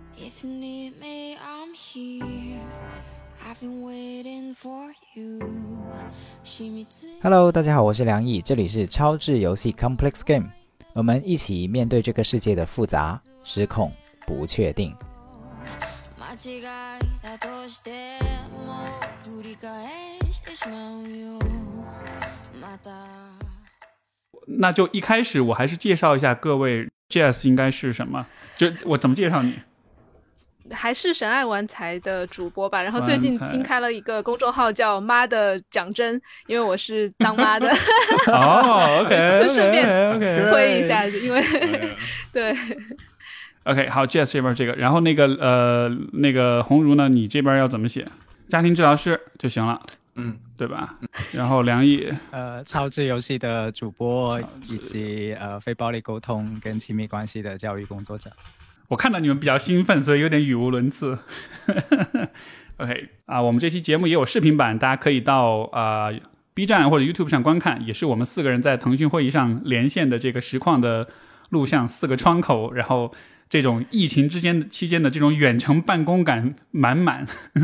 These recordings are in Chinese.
If you need me, I'm here. I've been waiting for you. Hello， 大家好，我是梁毅，这里是超智游戏 Complex Game， 我们一起面对这个世界的复杂、失控、不确定。 那就一开始我还是介绍一下各位 Jess 应该是什么，就我怎么介绍你？ 还是神爱玩财的主播吧，然后最近新开了一个公众号叫妈的讲真，因为我是当妈的哦，OK， 就顺便推一下，因为对 OK， 好 Jess 这边这个，然后那个鸿儒呢，你这边要怎么写？家庭治疗师就行了，对吧？然后梁毅超智游戏的主播，以及非暴力沟通跟亲密关系的教育工作者。 我看到你们比较兴奋，所以有点语无伦次。OK 我们这期节目也有视频版，大家可以到B 站或者 YouTube 上观看，也是我们4个人在腾讯会议上连线的这个实况的录像，4个窗口，然后这种疫情期间的这种远程办公感满满。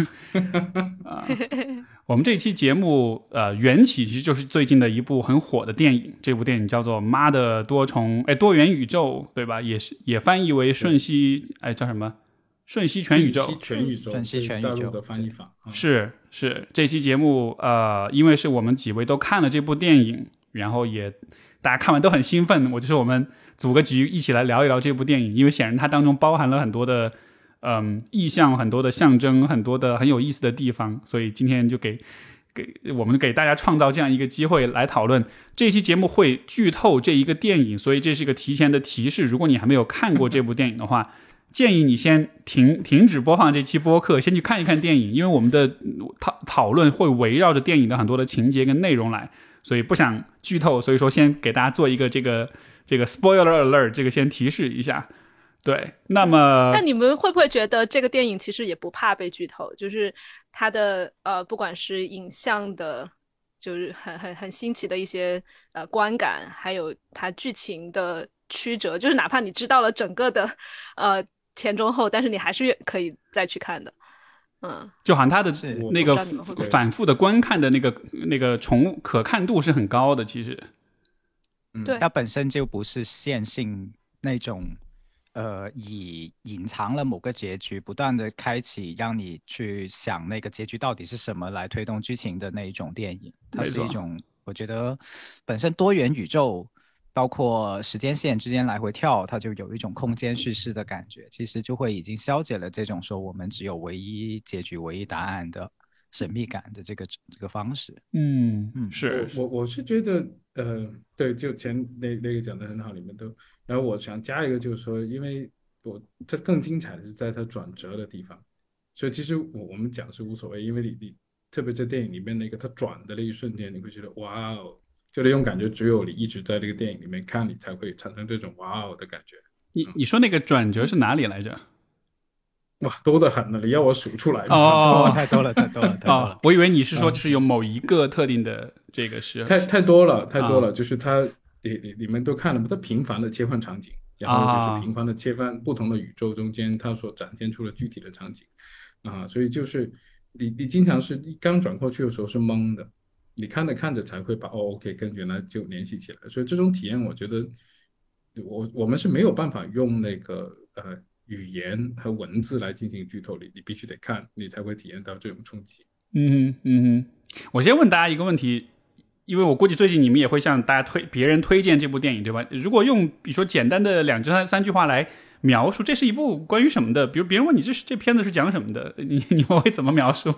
我们这期节目缘起其实就是最近的一部很火的电影，这部电影叫做《妈的多元宇宙》，对吧？也翻译为瞬息叫什么？瞬息全宇宙。 瞬息全宇宙大陆的翻译法。 是这期节目因为是我们几位都看了这部电影，然后也大家看完都很兴奋，我就说我们组个局一起来聊一聊这部电影，因为显然它当中包含了很多的意象，很多的象征，很多的很有意思的地方，所以今天就给大家创造这样一个机会来讨论。这期节目会剧透这一个电影，所以这是一个提前的提示，如果你还没有看过这部电影的话，建议你先停止播放这期播客，先去看一看电影，因为我们的讨论会围绕着电影的很多的情节跟内容来，所以不想剧透，所以说先给大家做一个这个 spoiler alert， 这个先提示一下。对，那么但你们会不会觉得这个电影其实也不怕被剧透，就是它的不管是影像的就是很新奇的一些观感，还有它剧情的曲折，就是哪怕你知道了整个的前中后，但是你还是可以再去看的。 就好像它的那个反复的观看的那个可看度是很高的，其实对， 它本身就不是线性那种以隐藏了某个结局不断的开启让你去想那个结局到底是什么来推动剧情的那一种电影。它是一种我觉得本身多元宇宙包括时间线之间来回跳，它就有一种空间叙事的感觉，其实就会已经消解了这种说我们只有唯一结局唯一答案的神秘感的这个方式。 是我是觉得对，就前那个讲的很好，你们都。然后我想加一个，就是说，因为它更精彩的是在它转折的地方，所以其实我们讲是无所谓，因为你特别在电影里面那个它转的那一瞬间，你会觉得哇哦，就那种感觉只有你一直在这个电影里面看，你才会产生这种哇哦的感觉。 你说那个转折是哪里来着？ 哇，多得很了，你要我数出来太多了。 我以为你是说就是有某一个特定的这个是太多了，就是它你们都看了吗？它频繁的切换场景，然后就是频繁的切换不同的宇宙中间，它所展现出了具体的场景所以就是你经常是刚转过去的时候是懵的，你看着才会把OK 跟原来就联系起来，所以这种体验我觉得我们是没有办法用那个语言和文字来进行剧透，你必须得看，你才会体验到这种冲击。 我先问大家一个问题，因为我估计最近你们也会向大家别人推荐这部电影，对吧？如果用比如说简单的2至3句话来描述，这是一部关于什么的？比如别人问你这片子是讲什么的，你们会怎么描述？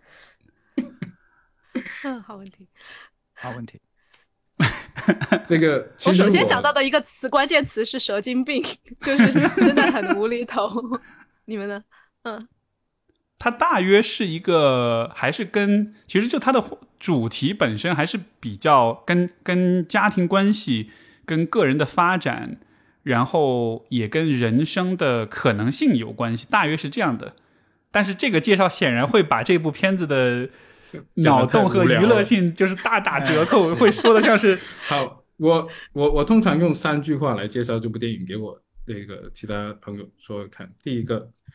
好问题。 那个其实我首先想到的一个关键词是蛇精病，就是真的很无厘头。你们呢？ 它大约是一个还是其实就它的主题本身还是比较跟家庭关系跟个人的发展，然后也跟人生的可能性有关系，大约是这样的。但是这个介绍显然会把这部片子的脑洞和娱乐性就是大打折扣，会说的像是好，我通常用3句话来介绍这部电影给我那个其他朋友说看。第一个，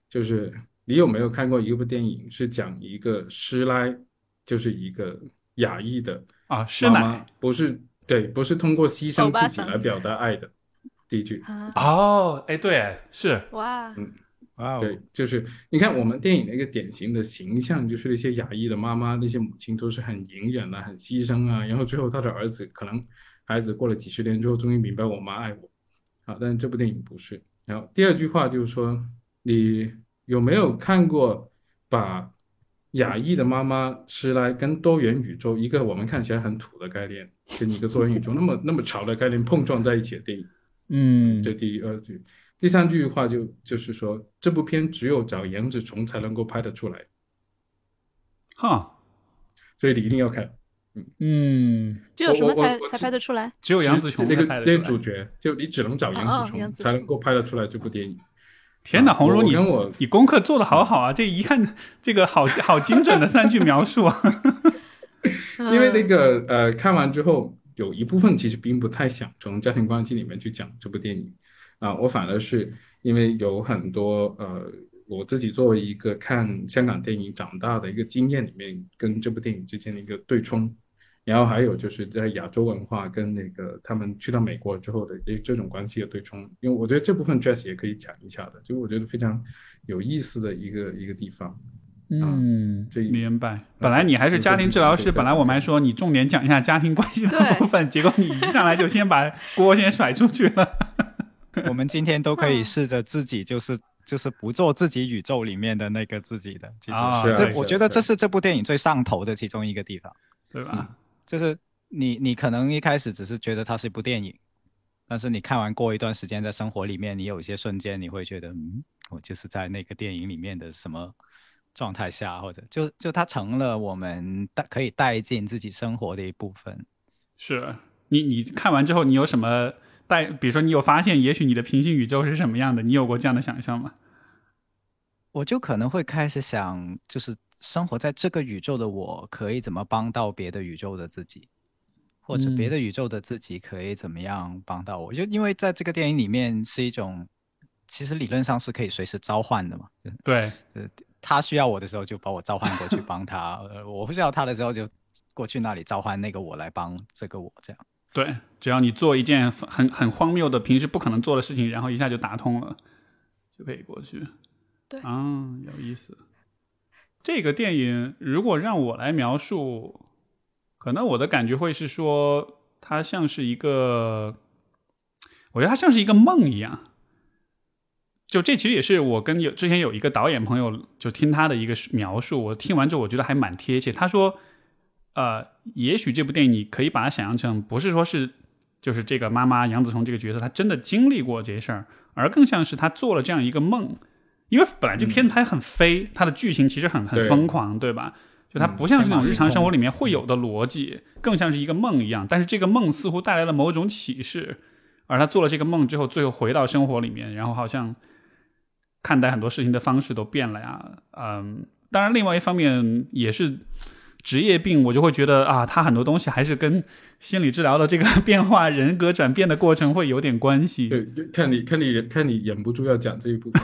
就是你有没有看过一部电影是讲一个施莱，就是一个亚裔的啊，师妈妈， 奶。 不是通过牺牲自己欧巴桑来表达爱的第一句。 啊， 哦，哎，对，是， 哇， 哇哦， 对，就是你看我们电影的一个典型的形象，就是那些亚裔的妈妈，那些母亲都是很隐忍啊，很牺牲啊，然后最后他的儿子可能孩子过了几十年之后，终于明白我妈爱我啊，但是这部电影不是。然后第二句话就是说，你有没有看过把亚裔的妈妈是来跟多元宇宙一个我们看起来很土的概念，跟一个多元宇宙那么潮的概念碰撞在一起的电影？这第二句。第三句话就是说，这部片只有找杨紫琼才能够拍得出来， 哈， 所以你一定要看。 这有什么才我拍得出来？ 只有杨紫琼那个才拍得出来。 主角，就你只能找杨紫杨琼紫琼才能够拍得出来这部电影。 天哪，红茹，你功课做得好好啊！这一看，这个好精准的3句描述啊。 因为那个看完之后，有一部分其实并不太想从家庭关系里面去讲这部电影啊，我反而是因为有很多我自己作为一个看香港电影长大的一个经验里面，跟这部电影之间的一个对冲，然后还有就是在亚洲文化跟那个他们去到美国之后的这种关系的对冲，因为我觉得这部分 Jess 也可以讲一下的，就我觉得非常有意思的一个地方。 明白。本来你还是家庭治疗师，本来我们还说你重点讲一下家庭关系的部分，结果你一上来就先把锅先甩出去了。 我们今天都可以试着自己就是不做自己宇宙里面的那个自己的，其实我觉得这是这部电影最上头的其中一个地方， 对吧？ 就是你可能一开始只是觉得它是一部电影，但是你看完过一段时间在生活里面，你有一些瞬间你会觉得我就是在那个电影里面的什么状态下，或者就它成了我们可以带进自己生活的一部分。 是你看完之后你有什么比如说你有发现也许你的平行宇宙是什么样的，你有过这样的想象吗？ 我就可能会开始想，就是生活在这个宇宙的我可以怎么帮到别的宇宙的自己，或者别的宇宙的自己可以怎么样帮到我，就因为在这个电影里面是一种其实理论上是可以随时召唤的嘛。 对， 他需要我的时候就把我召唤过去帮他我不需要他的时候就过去那里召唤那个我来帮这个我，这样。 对，只要你做一件很荒谬的平时不可能做的事情，然后一下就打通了，就可以过去。 对啊，有意思。这个电影如果让我来描述，可能我的感觉会是说它像是一个，我觉得它像是一个梦一样。就这其实也是我跟之前有一个导演朋友就听他的一个描述，我听完之后我觉得还蛮贴切。他说也许这部电影你可以把它想象成不是说是就是这个妈妈杨紫琼这个角色她真的经历过这些事儿，而更像是她做了这样一个梦。因为本来这片子它很飞，它的剧情其实很疯狂，对吧？就它不像是那种日常生活里面会有的逻辑，更像是一个梦一样。但是这个梦似乎带来了某种启示，而他做了这个梦之后，最后回到生活里面，然后好像看待很多事情的方式都变了呀。当然另外一方面也是职业病，我就会觉得啊，他很多东西还是跟心理治疗的这个变化、人格转变的过程会有点关系。 对，看你忍不住要讲这一部分。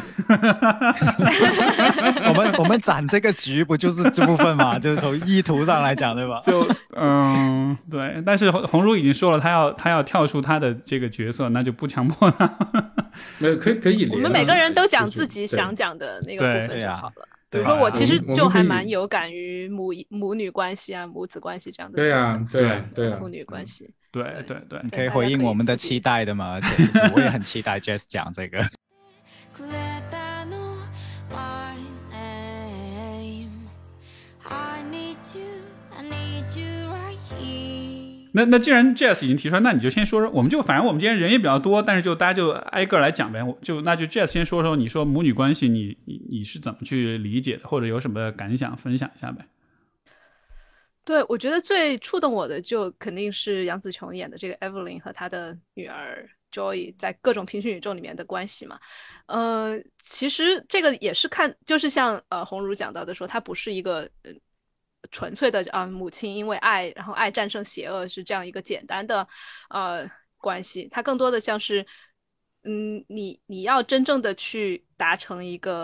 我们攒这个局不就是这部分吗？就是从意图上来讲，对吧？ 就对。但是红茹已经说了，他要跳出他的这个角色，那就不强迫他。 没有，可以。 我们每个人都讲自己想讲的那个部分就好了。比如说我其实就还蛮有感于母女关系啊、母子关系这样的东西，对父女关系， 对， 你可以回应我们的期待的嘛，而且其实我也很期待 Jess 讲这个。 那既然 Jess 已经提出来，那你就先说说，反正我们今天人也比较多，但是大家就挨个来讲呗。那就 Jess 先说说，你说母女关系你是怎么去理解的，或者有什么感想分享一下呗。 对，我觉得最触动我的就肯定是杨紫琼演的这个 Evelyn 和她的女儿 Joy 在各种平行宇宙里面的关系嘛。其实这个也是就是像红茹讲到的说，它不是一个纯粹的母亲因为爱，然后爱战胜邪恶是这样一个简单的关系，它更多的像是你要真正的去达成一个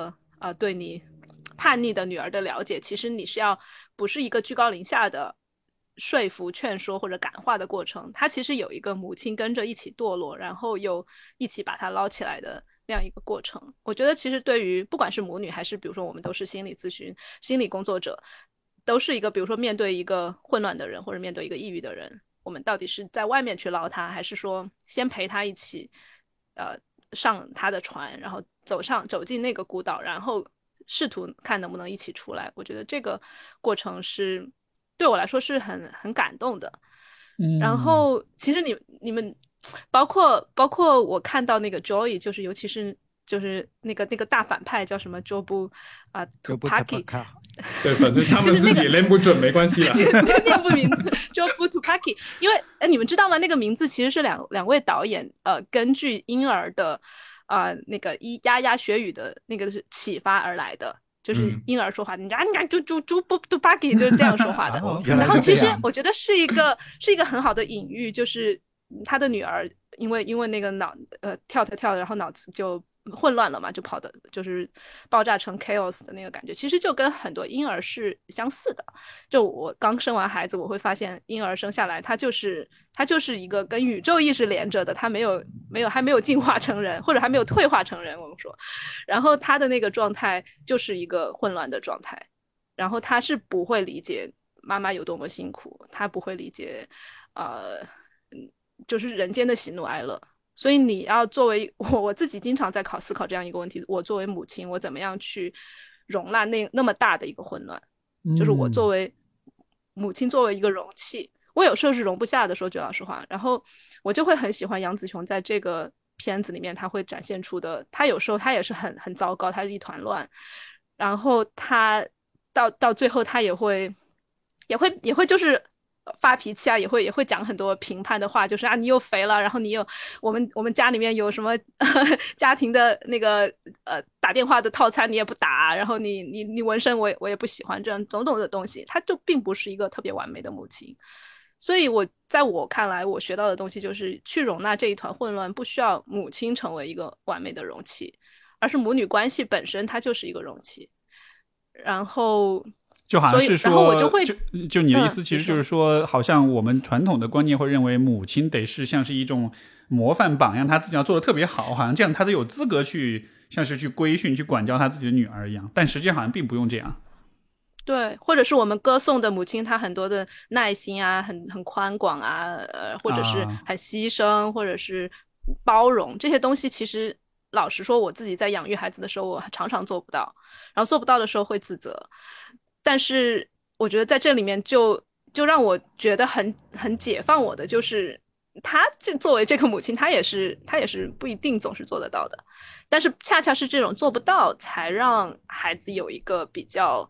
对你叛逆的女儿的了解，其实你是要不是一个居高临下的说服、劝说或者感化的过程，它其实有一个母亲跟着一起堕落，然后又一起把它捞起来的那样一个过程。我觉得其实对于不管是母女还是比如说我们都是心理咨询、心理工作者，都是一个比如说面对一个混乱的人或者面对一个抑郁的人，我们到底是在外面去捞他，还是说先陪他一起上他的船，然后走进那个孤岛，然后试图看能不能一起出来。我觉得这个过程是对我来说是很感动的。然后其实你们包括我看到那个 Joy， 就是尤其是就是那个大反派叫什么 Jobu Tupaki， 对，反正他们自己念不准没关系啦， 就念不名字 Jobu Tupaki， 因为你们知道吗？那个名字其实是两位导演根据婴儿的那个咿呀学语的那个是启发而来的。就是婴儿说话，你就不 Tupaki 就是这样说话的。然后其实我觉得是一个很好的隐喻，就是他的女儿因为那个跳的，然后脑子就混乱了嘛，就跑的就是爆炸成 chaos 的那个感觉，其实就跟很多婴儿是相似的。就我刚生完孩子，我会发现婴儿生下来，他就是一个跟宇宙意识连着的，他还没有进化成人，或者还没有退化成人，我们说，然后他的那个状态就是一个混乱的状态，然后他是不会理解妈妈有多么辛苦，他不会理解就是人间的喜怒哀乐。所以你要作为我自己经常在思考这样一个问题，我作为母亲，我怎么样去容纳那么大的一个混乱，就是我作为母亲，作为一个容器，我有时候是容不下的，说句老实话。然后我就会很喜欢杨紫琼在这个片子里面他会展现出的，他有时候他也是很糟糕，他是一团乱，然后他到最后他也会就是发脾气啊，也会讲很多评判的话，就是你又肥了，然后你又我们家里面有什么家庭的那个打电话的套餐你也不打，然后你纹身我也不喜欢，这样种种的东西，她就并不是一个特别完美的母亲。所以在我看来，我学到的东西就是去容纳这一团混乱，不需要母亲成为一个完美的容器，而是母女关系本身它就是一个容器。然后就好像是说， 然后我就会就你的意思，其实就是说，好像我们传统的观念会认为母亲得是像是一种模范榜样，她自己要做的特别好，好像这样她才有资格去像是去规训、去管教她自己的女儿一样。但实际好像并不用这样。 对，或者是我们歌颂的母亲，她很多的耐心啊，很宽广啊，或者是很牺牲，或者是包容这些东西，其实老实说，我自己在养育孩子的时候，我常常做不到，然后做不到的时候会自责。但是我觉得在这里面就让我觉得很解放我的，就是她作为这个母亲，她也是不一定总是做得到的，但是恰恰是这种做不到，才让孩子有一个比较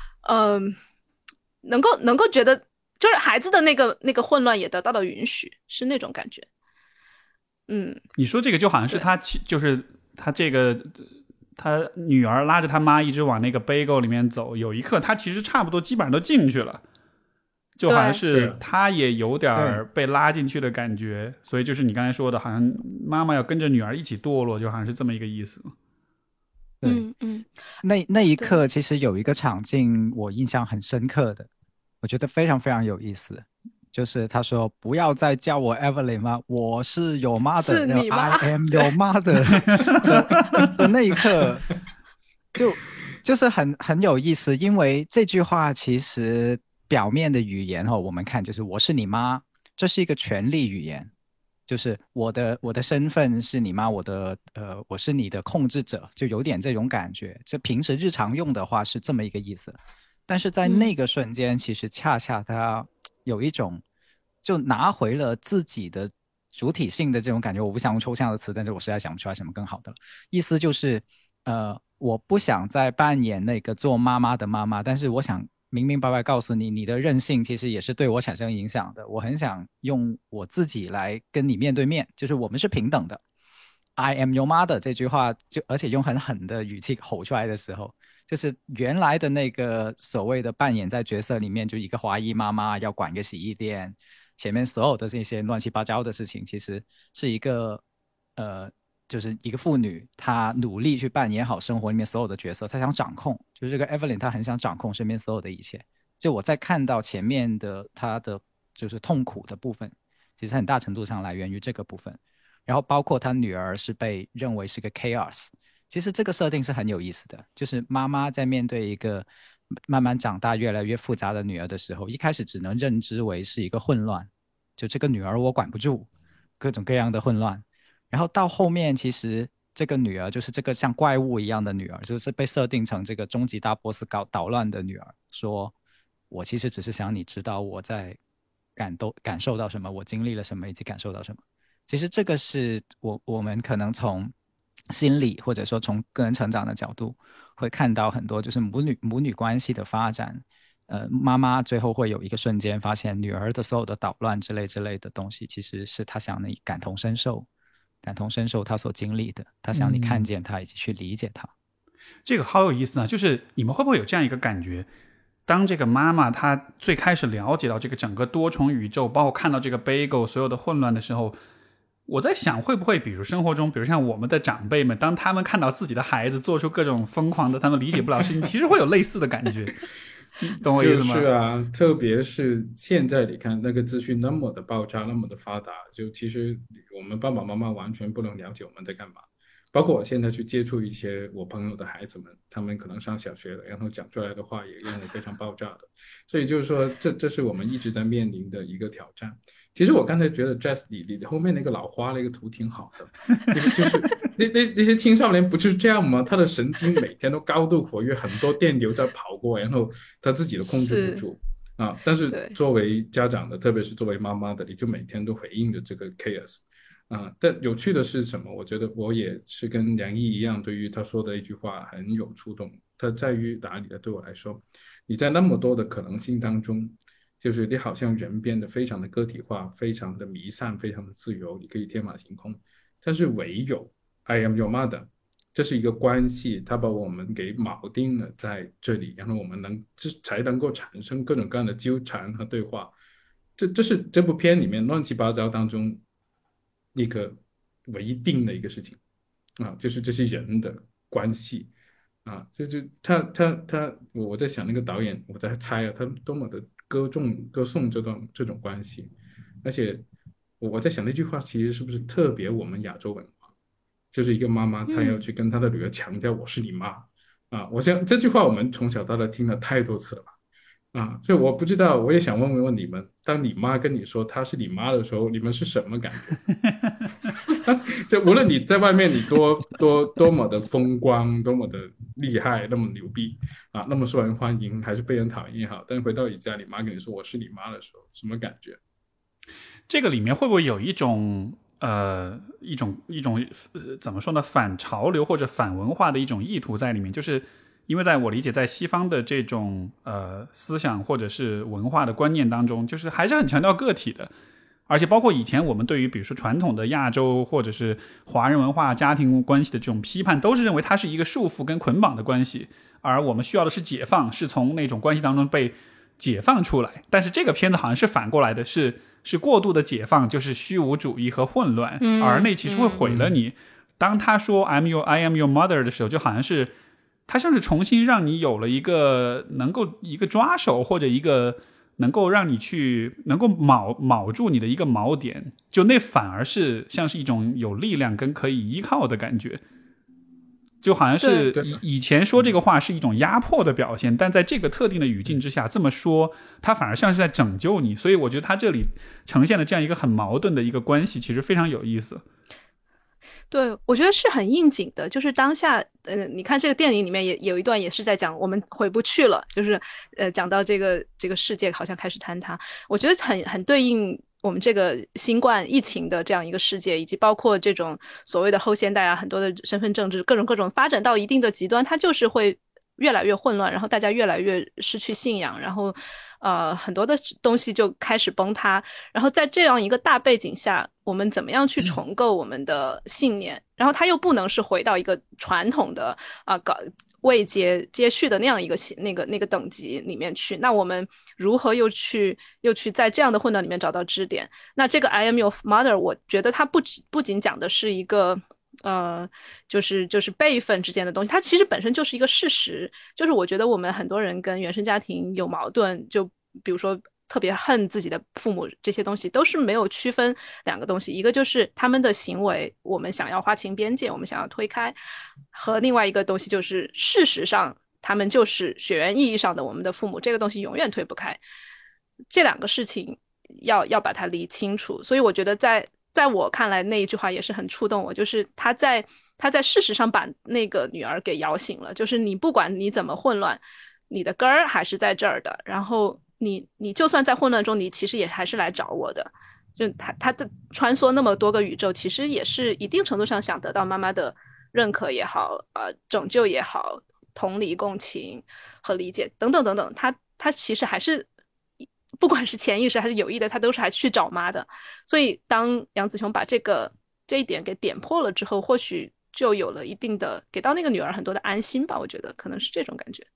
能够觉得，就是孩子的那个混乱也得到了允许，是那种感觉。 你说这个就好像是他就是他这个。他女儿拉着他妈一直往那个 bagel 里面走，有一刻他其实差不多基本上都进去了，就好像是他也有点被拉进去的感觉，所以就是你刚才说的，好像妈妈要跟着女儿一起堕落，就好像是这么一个意思。 对，那一刻其实有一个场景我印象很深刻的，我觉得非常非常有意思，就是他说不要再叫我 Evelyn 吗？我是有妈的， 是你妈 I am 有妈的的那一刻，就是很有意思，因为这句话其实表面的语言我们看就是我是你妈，这是一个权力语言，就是我的身份是你妈，我是你的控制者，就有点这种感觉。这平时日常用的话是这么一个意思，但是在那个瞬间，其实恰恰它有一种就拿回了自己的主体性的这种感觉。我不想用抽象的词，但是我实在想不出来什么更好的了。意思就是我不想再扮演那个做妈妈的妈妈，但是我想明明白白告诉你，你的任性其实也是对我产生影响的。我很想用我自己来跟你面对面，就是我们是平等的。I am your mother 这句话而且用很狠的语气吼出来的时候，就是原来的那个所谓的扮演在角色里面，就一个华裔妈妈要管一个洗衣店，前面所有的这些乱七八糟的事情，其实是一个就是一个妇女，她努力去扮演好生活里面所有的角色，她想掌控，就是这个 Evelyn 她很想掌控身边所有的一切。就我在看到前面的她的就是痛苦的部分，其实很大程度上来源于这个部分。然后包括她女儿是被认为是个 chaos，其实这个设定是很有意思的，就是妈妈在面对一个慢慢长大越来越复杂的女儿的时候，一开始只能认知为是一个混乱，就这个女儿我管不住，各种各样的混乱。然后到后面，其实这个女儿就是这个像怪物一样的女儿，就是被设定成这个终极大 boss 捣乱的女儿，说我其实只是想你知道我在感受到什么，我经历了什么，以及感受到什么。其实这个是我们可能从心理或者说从个人成长的角度会看到很多就是母女关系的发展。妈妈最后会有一个瞬间发现女儿的所有的捣乱之类的东西，其实是她想你感同身受她所经历的，她想你看见她以及去理解她。 这个好有意思啊！就是你们会不会有这样一个感觉？当这个妈妈她最开始了解到这个整个多重宇宙，包括看到这个 Bagel 所有的混乱的时候，我在想会不会比如生活中，比如像我们的长辈们，当他们看到自己的孩子做出各种疯狂的他们理解不了的事情，其实会有类似的感觉。懂我意思吗？ 就是啊，特别是现在你看那个资讯那么的爆炸，那么的发达，就其实我们爸爸妈妈完全不能了解我们在干嘛。包括我现在去接触一些我朋友的孩子们，他们可能上小学了，然后讲出来的话也让我非常爆炸的。所以就是说，这是我们一直在面临的一个挑战。其实我刚才觉得 Jess 你后面那个老花那个图挺好的，就是那些青少年不就是这样吗？他的神经每天都高度活跃，很多电流在跑过，然后他自己都控制不住啊。但是作为家长的，特别是作为妈妈的，你就每天都回应着这个 chaos。但有趣的是什么？我觉得我也是跟梁毅一样，对于他说的一句话很有触动。它在于哪里呢？对我来说，你在那么多的可能性当中，就是你好像人变得非常的个体化，非常的弥散，非常的自由，你可以天马行空。但是唯有 I am your mother， 这是一个关系，它把我们给铆定了在这里，然后我们才能够产生各种各样的纠缠和对话。这是这部片里面乱七八糟当中一个唯一定的一个事情就是这些人的关系就我在想那个导演，我在猜他多么的歌颂这种关系，而且我在想那句话其实是不是特别我们亚洲文化，就是一个妈妈她要去跟她的女儿强调我是你妈我想这句话我们从小到大听了太多次了吧所以我不知道，我也想问你们，当你妈跟你说她是你妈的时候，你们是什么感觉？就无论你在外面你多么的风光，多么的厉害，那么牛逼那么受人欢迎，还是被人讨厌也好，但回到你家，你妈跟你说我是你妈的时候，什么感觉？ 这个里面会不会有一种怎么说呢？反潮流或者反文化的一种意图在里面？就是因为在我理解，在西方的这种思想或者是文化的观念当中，就是还是很强调个体的，而且包括以前我们对于比如说传统的亚洲或者是华人文化家庭关系的这种批判，都是认为它是一个束缚跟捆绑的关系，而我们需要的是解放，是从那种关系当中被解放出来。但是这个片子好像是反过来的，是过度的解放，就是虚无主义和混乱，而那其实会毁了你。当他说 I am your mother 的时候，就好像是他像是重新让你有了一个能够一个抓手，或者一个能够让你去能够铆住你的一个锚点，就那反而是像是一种有力量跟可以依靠的感觉。就好像是以前说这个话是一种压迫的表现，但在这个特定的语境之下这么说，它反而像是在拯救你。所以我觉得它这里呈现的这样一个很矛盾的一个关系，其实非常有意思。 对，我觉得是很应景的，就是当下，你看这个电影里面也有一段也是在讲我们回不去了，就是讲到这个世界好像开始坍塌，我觉得很对应我们这个新冠疫情的这样一个世界，以及包括这种所谓的后现代很多的身份政治各种发展到一定的极端，它就是会越来越混乱，然后大家越来越失去信仰，然后很多的东西就开始崩塌。然后在这样一个大背景下，我们怎么样去重构我们的信念？然后它又不能是回到一个传统的位阶接续的那样一个那个等级里面去。那我们如何又去在这样的混乱里面找到支点？那这个 I am your mother， 我觉得它不仅讲的是一个就是辈分之间的东西，它其实本身就是一个事实。就是我觉得我们很多人跟原生家庭有矛盾，就比如说特别恨自己的父母，这些东西都是没有区分两个东西，一个就是他们的行为，我们想要划清边界，我们想要推开，和另外一个东西就是事实上他们就是血缘意义上的我们的父母，这个东西永远推不开。这两个事情要把它理清楚。所以我觉得在我看来那一句话也是很触动我，就是他在事实上把那个女儿给摇醒了，就是你不管你怎么混乱，你的根儿还是在这儿的，然后你就算在混乱中，你其实也还是来找我的。就他在穿梭那么多个宇宙，其实也是一定程度上想得到妈妈的认可也好，拯救也好，同理共情和理解等等等等，他其实还是不管是潜意识还是有意的，他都是还去找妈的。所以当杨紫琼把这一点给点破了之后，或许就有了一定的给到那个女儿很多的安心吧，我觉得可能是这种感觉。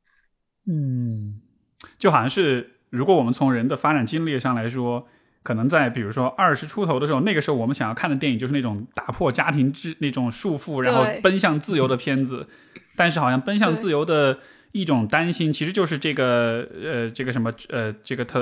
就好像是如果我们从人的发展经历上来说，可能在比如说20出头的时候，那个时候我们想要看的电影就是那种打破家庭那种束缚，然后奔向自由的片子。但是好像奔向自由的一种担心，其实就是这个什么这个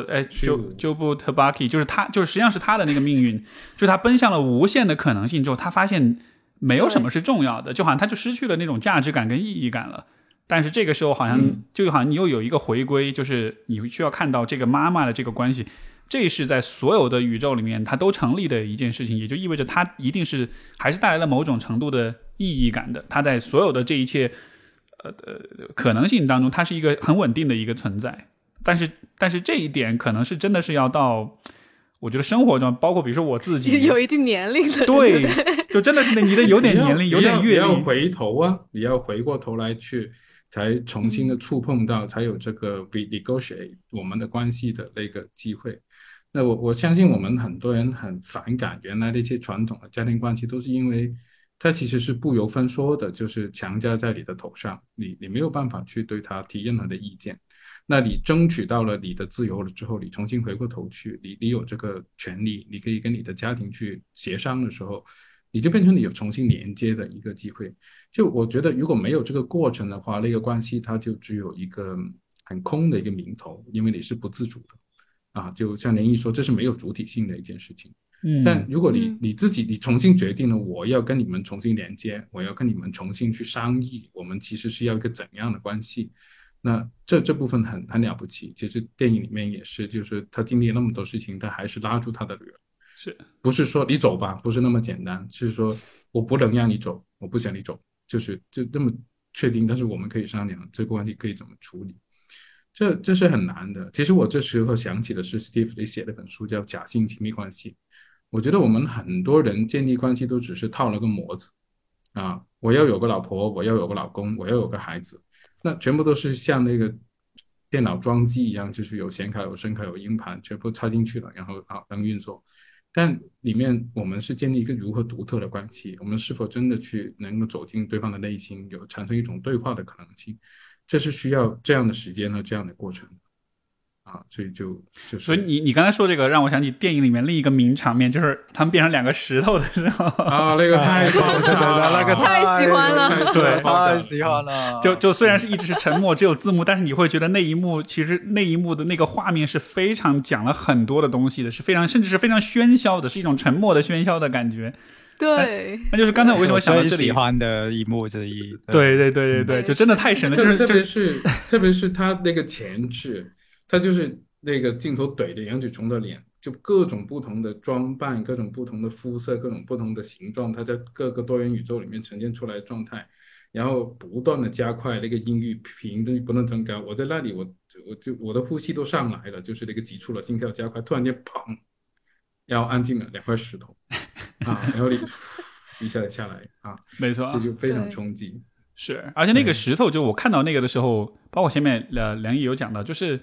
Jobu Tubaki， 就是他就是实际上是他的那个命运，就是他奔向了无限的可能性之后，他发现没有什么是重要的，就好像他就失去了那种价值感跟意义感了。但是这个时候好像你又有一个回归，就是你需要看到这个妈妈的这个关系，这是在所有的宇宙里面它都成立的一件事情，也就意味着它一定是还是带来了某种程度的意义感的。它在所有的这一切可能性当中，它是一个很稳定的一个存在。但是这一点可能是真的是要到我觉得生活中，包括比如说我自己有一定年龄的， 对，就真的是你的有点年龄，有点阅历， 你要回头啊，你要回过头来去，才重新的触碰到，才有这个 renegotiate 我们的关系的那个机会。那我相信我们很多人很反感原来那些传统的家庭关系，都是因为它其实是不由分说的，就是强加在你的头上，你没有办法去对他提任何的意见。那你争取到了你的自由了之后，你重新回过头去，你有这个权利，你可以跟你的家庭去协商的时候，你就变成你有重新连接的一个机会。就我觉得如果没有这个过程的话，那个关系它就只有一个很空的一个名头，因为你是不自主的啊。就像连毅说，这是没有主体性的一件事情。但如果你自己你重新决定了我要跟你们重新连接，我要跟你们重新去商议，我们其实是要一个怎样的关系，那这部分很了不起。其实电影里面也是，就是他经历了那么多事情，他还是拉住他的女儿， 是不是说你走吧，不是那么简单，是说我不能让你走，我不想你走，就这么确定，但是我们可以商量这个关系可以怎么处理。这是很难的。其实我这时候想起的是 Steve 里写了本书叫《假性亲密关系》。我觉得我们很多人建立关系都只是套了个模子啊，我要有个老婆，我要有个老公，我要有个孩子，那全部都是像那个电脑装机一样，就是有显卡、有声卡、有硬盘，全部插进去了，然后能运作。但里面我们是建立一个如何独特的关系，我们是否真的去能够走进对方的内心，有产生一种对话的可能性，这是需要这样的时间和这样的过程啊。所以就是所以你刚才说这个让我想起电影里面另一个名场面，就是他们变成两个石头的时候啊，那个太爆炸了， 那个太喜欢了， 对， 太喜欢了。 就虽然是一直是沉默，只有字幕，但是你会觉得那一幕其实那一幕的那个画面是非常讲了很多的东西的，是非常甚至是非常喧嚣的，是一种沉默的喧嚣的感觉。 对， 那就是刚才我为什么想到这里最喜欢的一幕之一。 对，就真的太神了，就是特别是他那个前置，他就是那个镜头怼着杨紫琼的脸，就各种不同的装扮，各种不同的肤色，各种不同的形状，他在各个多元宇宙里面呈现出来的状态，然后不断的加快那个音域频率不断增高，我在那里我的呼吸都上来了，就是那个急促了，心跳加快，突然间砰，然后安静了，两块石头啊，然后你一下子下来啊， 没错， 这就非常冲击。 是，而且那个石头，就我看到那个的时候，包括前面梁毅有讲到，就是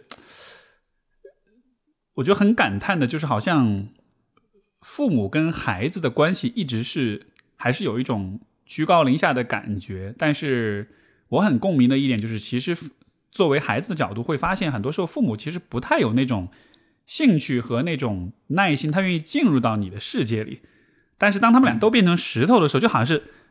我觉得很感叹的，就是好像父母跟孩子的关系一直是还是有一种居高临下的感觉。但是我很共鸣的一点就是，其实作为孩子的角度会发现，很多时候父母其实不太有那种兴趣和那种耐心，他愿意进入到你的世界里。但是当他们俩都变成石头的时候，就好像是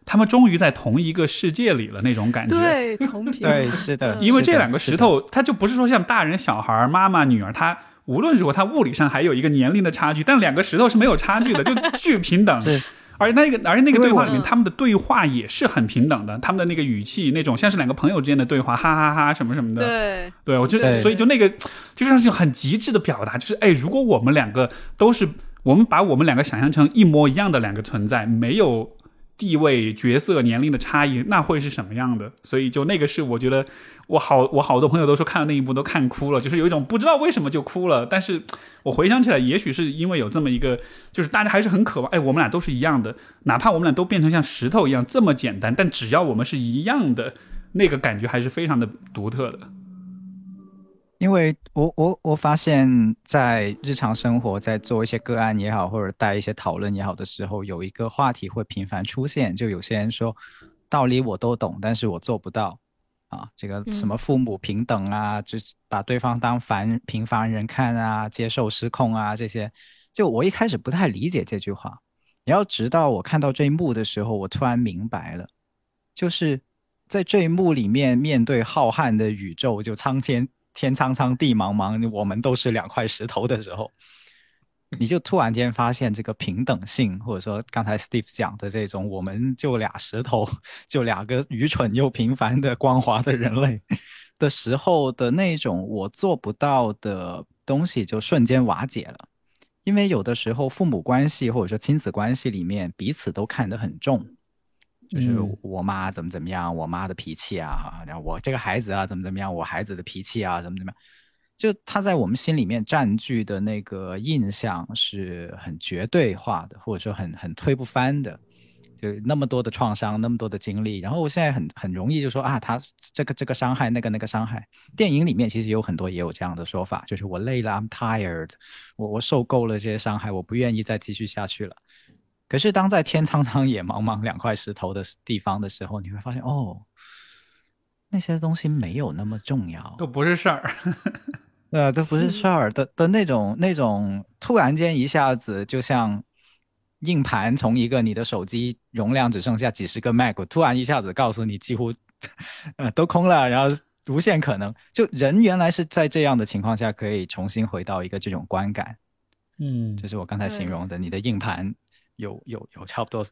他们终于在同一个世界里了那种感觉。 对，同频。 对，是的， 因为这两个石头，它就不是说像大人、小孩、妈妈、女儿，它无论如何，它物理上还有一个年龄的差距，但两个石头是没有差距的，就巨平等。而且那个对话里面，他们的对话也是很平等的，他们的那个语气，那种像是两个朋友之间的对话，哈哈哈什么什么的。对，我觉得，所以就那个就是很极致的表达，就是如果我们两个都是，我们把我们两个想象成一模一样的两个存在，没有地位、角色、年龄的差异，那会是什么样的？所以就那个是我觉得我好多朋友都说看了那一部都看哭了，就是有一种不知道为什么就哭了。但是我回想起来，也许是因为有这么一个，就是大家还是很渴望，我们俩都是一样的，哪怕我们俩都变成像石头一样这么简单，但只要我们是一样的，那个感觉还是非常的独特的。 因为我发现在日常生活，在做一些个案也好，或者带一些讨论也好的时候，有一个话题会频繁出现，就有些人说道理我都懂，但是我做不到啊，这个什么父母平等啊，就是把对方当平凡人看啊，接受失控啊，这些，就我一开始不太理解这句话，然后直到我看到这一幕的时候，我突然明白了，就是在这一幕里面，面对浩瀚的宇宙，就天苍苍地茫茫，我们都是两块石头的时候，你就突然间发现这个平等性，或者说刚才 Steve 讲的这种，我们就俩石头，就两个愚蠢又平凡的光滑的人类的时候的那种我做不到的东西，就瞬间瓦解了。因为有的时候父母关系或者说亲子关系里面彼此都看得很重，就是我妈怎么样，我妈的脾气啊，然后我这个孩子啊怎么样，我孩子的脾气啊怎么样，就他在我们心里面占据的那个印象是很绝对化的，或者说很推不翻的，就那么多的创伤，那么多的经历，然后我现在很容易就说啊，他这个伤害，那个伤害。电影里面其实有很多也有这样的说法，就是我累了 ，I'm tired， 我受够了这些伤害，我不愿意再继续下去了。可是当在天苍苍野茫茫两块石头的地方的时候，你会发现哦，那些东西没有那么重要， 都不是事儿。 都不是事儿的那种突然间一下子就像硬盘从一个你的手机容量只剩下几十个 Mac， 突然一下子告诉你几乎都空了，然后无限可能。就人原来是在这样的情况下可以重新回到一个这种观感，就是我刚才形容的，你的硬盘有差不多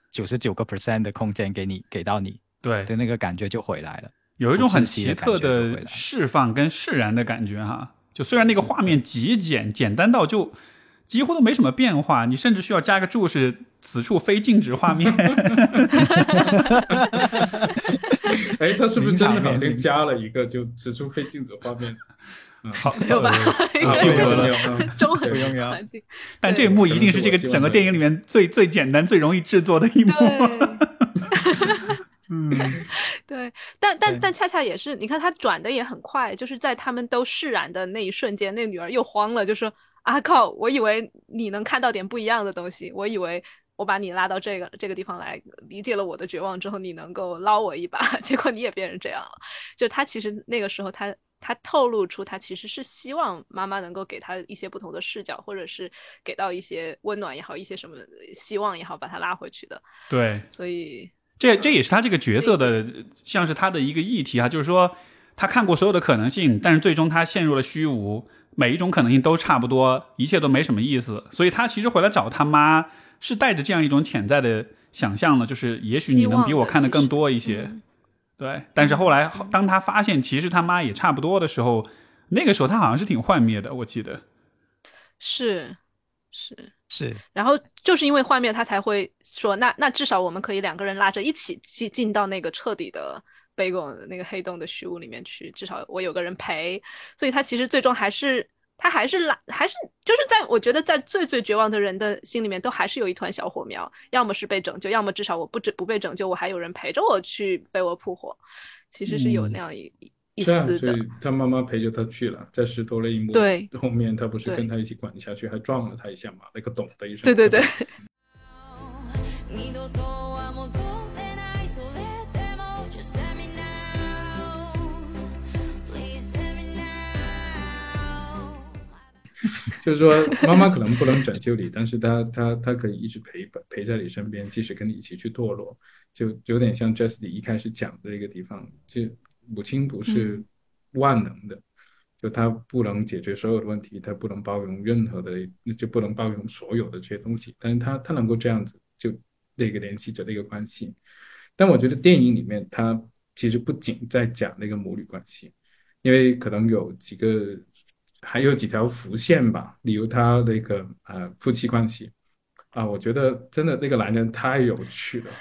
99% 的空间给到你， 对的那个感觉就回来了， 有一种很奇特的释放跟释然的感觉哈。就虽然那个画面极简单到就几乎都没什么变化，你甚至需要加个注释，此处非静止画面。 他是不是真的好像加了一个就此处非静止画面？ 好， 没有吧？中很环境， 但这一幕一定是这个整个电影里面最简单、最容易制作的一幕。 对，但恰恰也是，你看他转的也很快，就是在他们都释然的那一瞬间，那个女儿又慌了，就说啊靠，我以为你能看到点不一样的东西，我以为我把你拉到这个地方来，理解了我的绝望之后，你能够捞我一把，结果你也变成这样了。就他其实那个时候他透露出他其实是希望妈妈能够给他一些不同的视角，或者是给到一些温暖也好，一些什么希望也好，把他拉回去的。 对， 所以这也是他这个角色的，像是他的一个议题啊，就是说他看过所有的可能性，但是最终他陷入了虚无，每一种可能性都差不多，一切都没什么意思，所以他其实回来找他妈是带着这样一种潜在的想象的，就是也许你能比我看得更多一些。对，但是后来当他发现其实他妈也差不多的时候，那个时候他好像是挺幻灭的，我记得是，然然后就是因为幻灭，他才会说那至少我们可以两个人拉着一起进到那个彻底的悲宫那个黑洞的虚无里面去，至少我有个人陪。所以他其实最终还是就是在我觉得在最绝望的人的心里面，都还是有一团小火苗，要么是被拯救，要么至少我不被拯救，我还有人陪着我去飞蛾扑火，其实是有那样一丝的。 所以他妈妈陪着他去了，在石头那一幕对后面，他不是跟他一起滚下去，还撞了他一下嘛，那个咚的一声。 对对对。 就是说妈妈可能不能拯救你，但是她可以一直陪在你身边，即使跟你一起去堕落，就有点像 Jessie 一开始讲的一个地方，就母亲不是万能的，就她不能解决所有的问题，她不能包容任何的，就不能包容所有的这些东西，但是她能够这样子就那个联系着那个关系。但我觉得电影里面它其实不仅在讲那个母女关系，因为可能还有几条伏线吧，例如他那个夫妻关系我觉得真的那个男人太有趣了，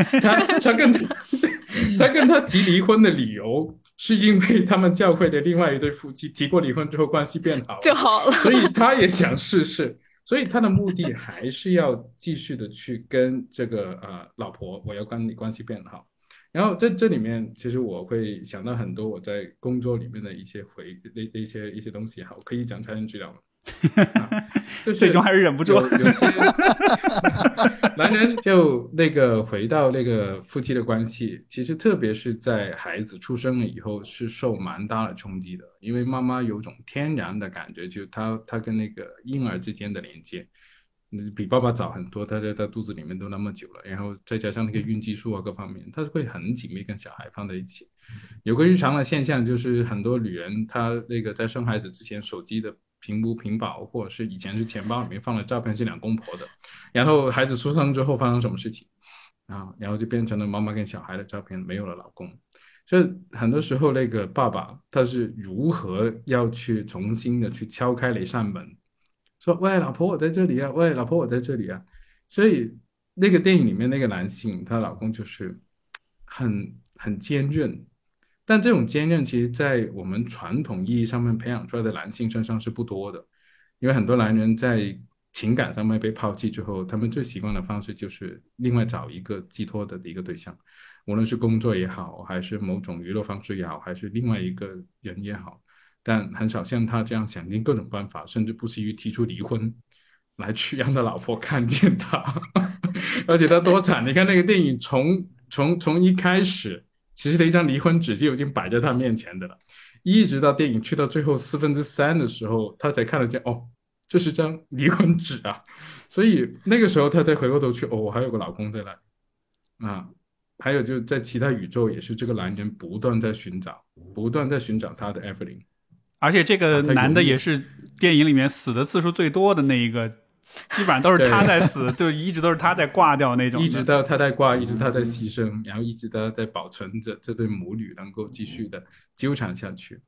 他跟他提离婚的理由是因为他们教会的另外一对夫妻提过离婚之后关系变好了就好了， 所以他也想试试。所以他的目的还是要继续的去跟这个老婆，我要跟你关系变好。然后在这里面，其实我会想到很多我在工作里面的一些一些东西。好，可以讲财政治疗吗？就是最终还是忍不住有些男人就那个回到那个夫妻的关系，其实特别是在孩子出生了以后是受蛮大的冲击的，因为妈妈有种天然的感觉，就她跟那个婴儿之间的连接比爸爸早很多，他在他肚子里面都那么久了，然后再加上那个孕激素各方面，他会很紧密跟小孩放在一起。有个日常的现象就是很多女人她那个在生孩子之前手机的屏幕屏保或者是以前是钱包里面放的照片是两公婆的，然后孩子出生之后发生什么事情然后就变成了妈妈跟小孩的照片，没有了老公。就很多时候那个爸爸他是如何要去重新的去敲开那扇门，说喂老婆我在这里啊，喂老婆我在这里啊。所以那个电影里面那个男性她老公就是很坚韧，但这种坚韧其实在我们传统意义上面培养出来的男性身上是不多的，因为很多男人在情感上面被抛弃之后，他们最习惯的方式就是另外找一个寄托的一个对象，无论是工作也好，还是某种娱乐方式也好，还是另外一个人也好，但很少像他这样想尽各种办法，甚至不惜于提出离婚来去让他老婆看见他而且他多惨，你看那个电影从一开始其实那一张离婚纸就已经摆在他面前的了，一直到电影去到最后3/4的时候他才看得见这是张离婚纸啊。所以那个时候他才回过头去我还有个老公在那里还有就在其他宇宙也是这个男人不断在寻找他的 Evelyn， 而且这个男的也是电影里面死的次数最多的那一个，基本上都是他在死就一直都是他在挂掉那种的， 一直到他在挂，一直他在牺牲，然后一直他在保存着这对母女能够继续的纠缠下去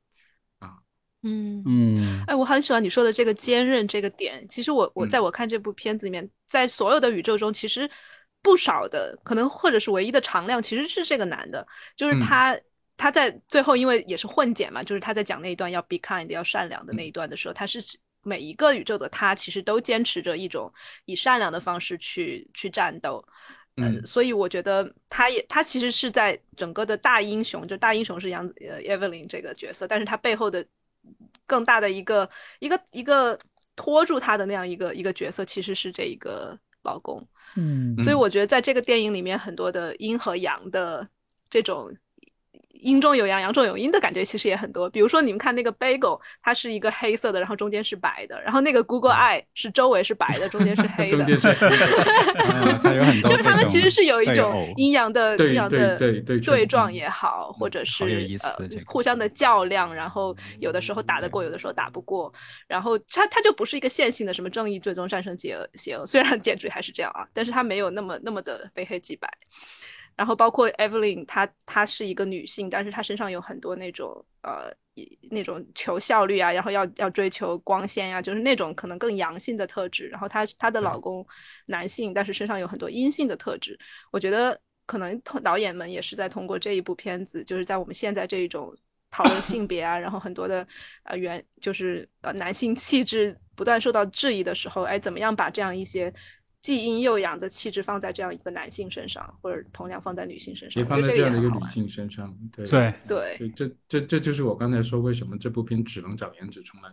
我很喜欢你说的这个坚韧这个点。其实我在我看这部片子里面，在所有的宇宙中，其实不少的可能或者是唯一的常量其实是这个男的，就是他在最后因为也是混剪嘛，就是他在讲那一段要 be kind 要善良的那一段的时候，他是每一个宇宙的他其实都坚持着一种以善良的方式去战斗。所以我觉得他其实是在整个的大英雄，就大英雄是Evelyn 这个角色，但是他背后的更大的一个拖住他的那样一个角色，其实是这一个老公。所以我觉得在这个电影里面，很多的阴和阳的这种阴中有阳，阳中有阴的感觉其实也很多。比如说你们看那个 bagel， 它是一个黑色的，然后中间是白的，然后那个 Google Eye 是周围是白的，中间是黑的。 中间是黑的它有很多就是他们其实是有一种阴阳的对撞也好，或者是互相的较量，然后有的时候打得过，有的时候打不过，然后它就不是一个线性的什么正义最终战胜邪恶，虽然简直还是这样但是它没有那么的非黑即白。然后包括 Evelyn， 她是一个女性，但是她身上有很多那种那种求效率然后要追求光鲜就是那种可能更阳性的特质。然后她的老公男性，但是身上有很多阴性的特质。我觉得可能导演们也是在通过这一部片子，就是在我们现在这一种讨论性别然后很多的就是男性气质不断受到质疑的时候，怎么样把这样一些既阴又阳的气质放在这样一个男性身上，或者同样放在女性身上， 也放在这样的一个女性身上。对，这就是我刚才说为什么这部片只能找颜值冲来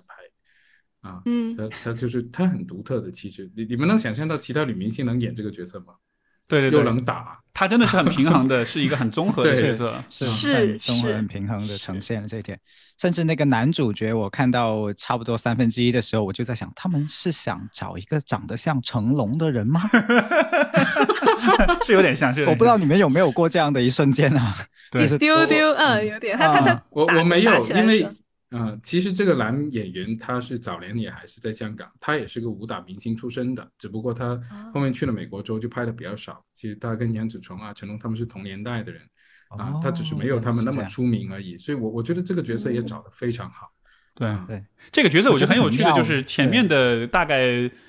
拍它就是它很独特的气质。你们能想象到其他女明星能演这个角色吗？ 对， 又能打， 他真的是很平衡的，是一个很综合的角色， 是很综合、很平衡的呈现了这一点。甚至那个男主角，我看到差不多1/3的时候，我就在想，他们是想找一个长得像成龙的人吗？ 是有点像，是有点像。 我不知道你们有没有过这样的一瞬间啊？ 对， 丢丢，有点。 我没有，因为其实这个男演员他是早年也还是在香港，他也是个武打明星出身的，只不过他后面去了美国之后就拍的比较少。其实他跟杨紫琼啊、成龙他们是同年代的人他只是没有他们那么出名而已。所以我觉得这个角色也找得非常好。 对，这个角色我觉得很有趣的就是前面的大概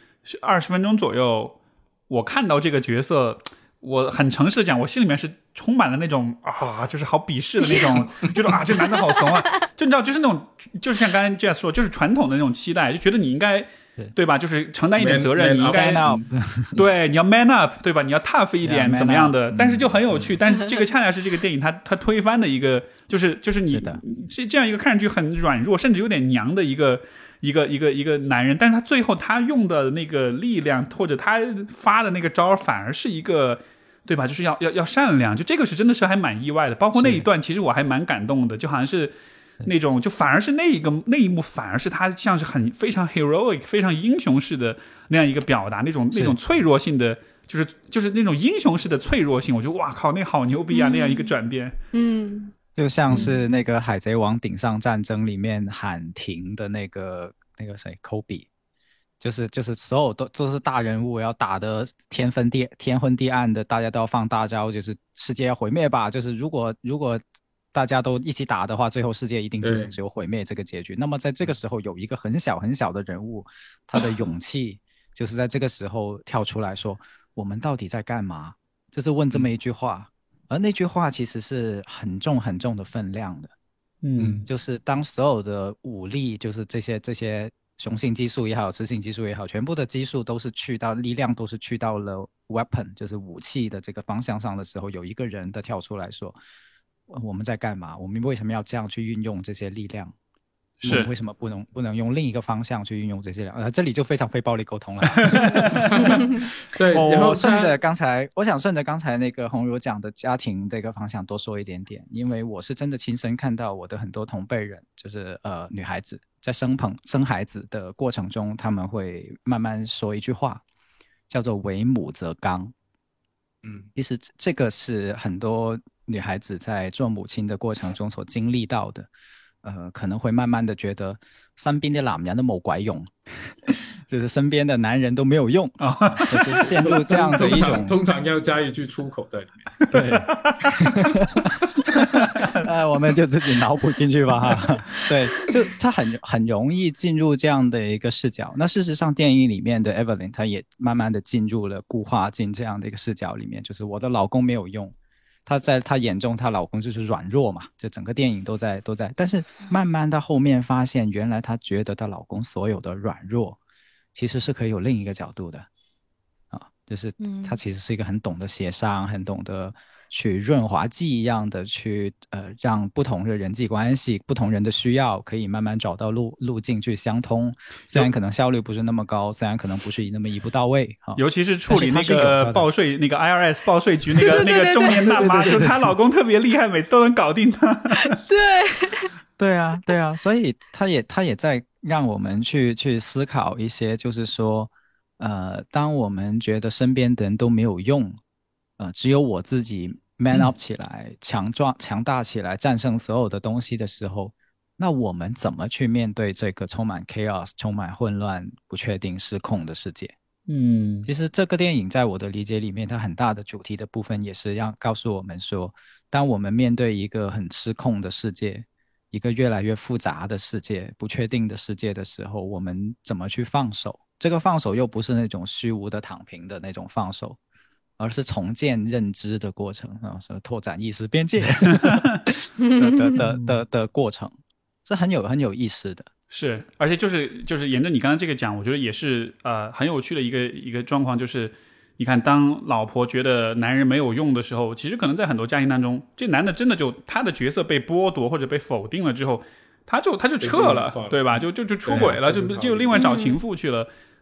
20分钟左右，我看到这个角色，我很诚实的讲，我心里面是充满了那种就是好鄙视的那种，觉得这男的好怂啊，就你知道，就是那种，就是像刚才 Jess 说，就是传统的那种期待，就觉得你应该，对吧？就是承担一点责任，你应该，对，你要 man up， 对吧？你要 tough 一点，怎么样的？但是就很有趣，但是这个恰恰是这个电影它推翻的一个，就是你是这样一个看上去很软弱，甚至有点娘的一个男人，但是他最后他用的那个力量或者他发的那个招反而是一个，对吧？就是要善良，就这个是真的是还蛮意外的。包括那一段，其实我还蛮感动的，就好像是那种，就反而是那一幕，反而是他像是非常 heroic、非常英雄式的那样一个表达，那种脆弱性的，就是那种英雄式的脆弱性。我觉得哇靠，那好牛逼啊！那样一个转变， 就像是那个《海贼王》顶上战争里面喊停的那个谁 Kobe， 就是所有都是大人物，要打得天昏地暗的，大家都要放大招，就是世界要毁灭吧。就是如果大家都一起打的话，最后世界一定就是只有毁灭这个结局。那么在这个时候，有一个很小很小的人物，他的勇气就是在这个时候跳出来说：“我们到底在干嘛？”就是问这么一句话。而那句话其实是很重很重的分量的，就是当所有的武力，就是这些雄性激素也好，雌性激素也好，全部的激素都是力量都是去到了 weapon， 就是武器的这个方向上的时候，有一个人的跳出来说，我们在干嘛？我们为什么要这样去运用这些力量？是为什么不能用另一个方向去运用这些这里就非常非暴力沟通了。 对，然后我想顺着刚才那个鸿儒讲的家庭这个方向多说一点点，因为我是真的亲身看到我的很多同辈人，就是女孩子在生孩子的过程中，他们会慢慢说一句话，叫做为母则刚。其实这个是很多女孩子在做母亲的过程中所经历到的。可能会慢慢的觉得身邊啲男人都冇鬼用，就是身邊的男人都沒有用就是陷入這樣的一種通常要加一句出口在裡面。 對我們就自己腦補進去吧對，就他很容易進入這樣的一個視角。那事實上電影裡面的 Evelyn 她也慢慢的進入了固化進這樣的一個視角裡面，就是我的老公沒有用，她在她眼中她老公就是軟弱嘛，就整個電影都在，但是慢慢到後面發現原來她覺得她老公所有的軟弱其實是可以有另一個角度的就是她其實是一個很懂得協商，很懂得去潤滑劑一樣的去讓不同的人際關係，不同人的需要可以慢慢找到路徑去相通，雖然可能效率不是那麼高，雖然可能不是那麼一步到位尤其是處理那個報稅那個 IRS 報稅局那個中年大媽就她老公特別厲害，每次都能搞定她對啊，所以她也在讓我們去思考一些，就是說當我們覺得身邊的人都沒有用只有我自己 man up 起來強大起來戰勝所有的東西的時候，那我們怎麼去面對這個充滿 chaos 充滿混亂不確定失控的世界其實這個電影在我的理解裡面，它很大的主題的部分也是要告訴我們說，當我們面對一個很失控的世界，一個越來越複雜的世界，不確定的世界的時候，我們怎麼去放手，這個放手又不是那種虛無的躺平的那種放手，而是重建認知的過程拓展意識邊界的過程，是很有意思的。 是，而且就是沿着你剛才這個講，我覺得也是很有趣的一個狀況，就是你看當老婆覺得男人沒有用的時候，其實可能在很多家庭當中，這男的真的就他的角色被剝奪或者被否定了之後，他就撤了，對吧？就出軌了，就另外找情婦去了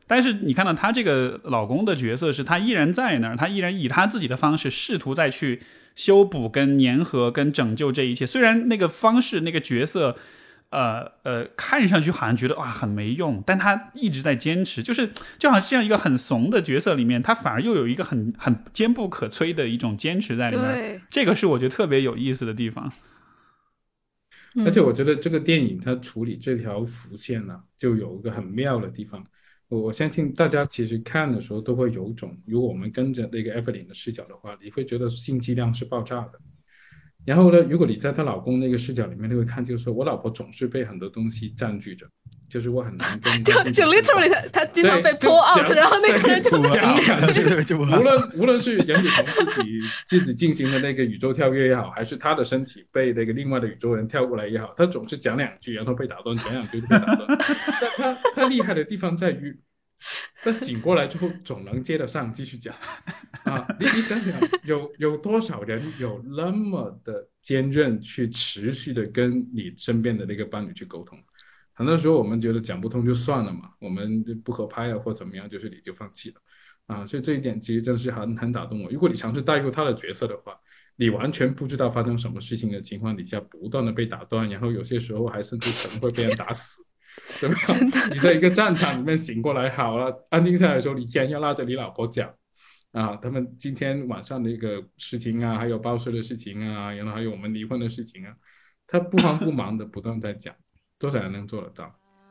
但是你看到她这个老公的角色是她依然在那儿，她依然以她自己的方式试图再去修补跟粘合跟拯救这一切，虽然那个方式那个角色看上去好像觉得哇很没用，但他一直在坚持，就好像这样一个很怂的角色里面，他反而又有一个很坚不可摧的一种坚持在里面。 对， 这个是我觉得特别有意思的地方。 而且我觉得这个电影它处理这条伏线呢，就有一个很妙的地方。我相信大家其实看的时候都会有种，如果我们跟着那个 Evelyn 的视角的话，你会觉得信息量是爆炸的。然后呢，如果你在她老公那个视角里面，你会看，就是说我老婆总是被很多东西占据着，就是我很难跟就 literally 他经常被 pull out， 然后那个人就讲无论是原子虫自己进行的那个宇宙跳跃也好，还是他的身体被那个另外的宇宙人跳过来也好，他总是讲两句然后被打断，讲两句就被打断。但他厉害的地方在于，他醒过来之后总能接得上继续讲啊！你想想，有多少人有那么的坚韧去持续的跟你身边的那个伴侣去沟通？很多时候我们觉得讲不通就算了嘛，我们不合拍了或怎么样，就是你就放弃了啊！所以这一点其实真是很打动我。如果你尝试带入他的角色的话，你完全不知道发生什么事情的情况底下，不断的被打断，然后有些时候还甚至可能会被人打死。对吧？你在一个战场里面醒过来好了，安静下来的时候，你依然要拉着你老婆讲啊，他们今天晚上的一个事情啊，还有报税的事情啊，然后还有我们离婚的事情啊，他不慌不忙的不断在讲，多少人能做得到？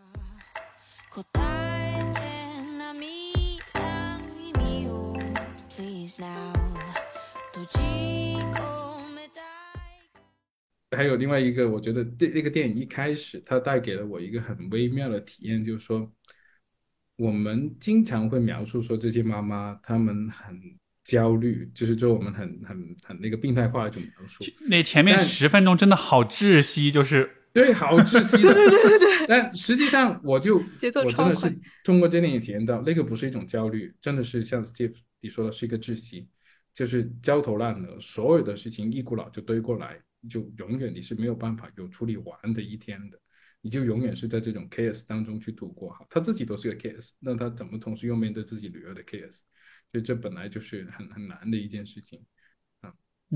还有另外一个，我觉得那个电影一开始它带给了我一个很微妙的体验，就是说我们经常会描述说这些妈妈她们很焦虑，就是说我们很那个病态化的一种描述。 那前面10分钟真的好窒息，就是对，好窒息的。对。但实际上我真的是通过这电影体验到，那个不是一种焦虑，真的是像 Steve 你说的是一个窒息，就是焦头烂额，所有的事情一股脑就堆过来。就永远你是没有办法有处理完的一天的，你就永远是在这种 chaos 当中去度过。好，他自己都是个 chaos， 那他怎么同时又面对自己女儿的 chaos？ 所以这本来就是很难的一件事情啊。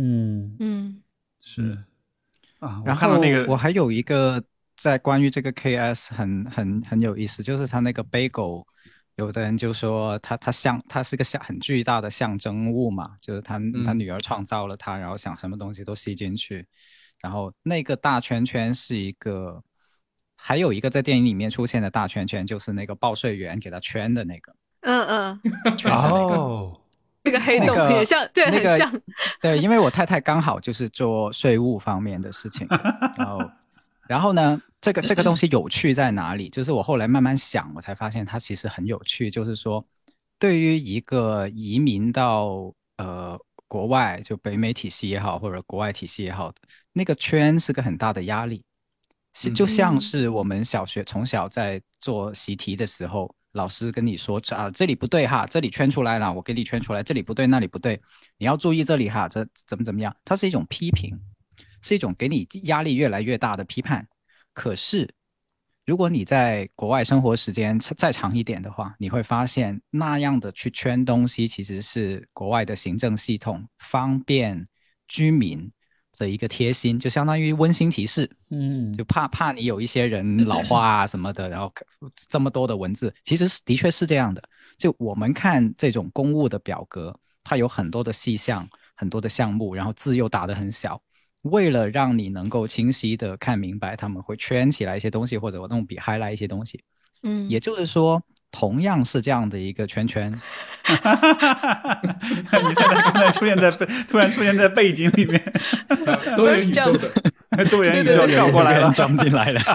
是啊。 然后我还有一个在关于这个 chaos 很有意思，就是他那个杯狗。有的人就说它是个很巨大的象征物嘛，就是他女儿创造了它，然后想什么东西都吸进去，然后那个大圈圈是一个，还有一个在电影里面出现的大圈圈，就是那个报税员给他圈的那个，圈的那个， 那个黑洞也像，对，很像， 对，因为我太太刚好就是做税务方面的事情，然后呢，这个东西有趣在哪里？就是我后来慢慢想，我才发现它其实很有趣。就是说，对于一个移民到国外，就北美体系也好，或者国外体系也好，那个圈是个很大的压力。就像是我们从小在做习题的时候，老师跟你说啊，这里不对哈，这里圈出来了，我给你圈出来，这里不对，那里不对，你要注意这里哈，这怎么样？它是一种批评。是一种给你压力越来越大的批判。可是如果你在国外生活时间再长一点的话，你会发现那样的去圈东西其实是国外的行政系统方便居民的一个贴心，就相当于温馨提示。就怕你有一些人老化啊什么的，然后这么多的文字，其实的确是这样的。就我们看这种公务的表格，它有很多的细项，很多的项目，然后字又打得很小。为了让你能够清晰的看明白，他们会圈起来一些东西，或者我用笔 highlight 一些东西。也就是说，同样是这样的一个圈圈， 你看他刚才突然出现在背景里面， 多元宇宙的多元宇宙跳过来了， 装进来了。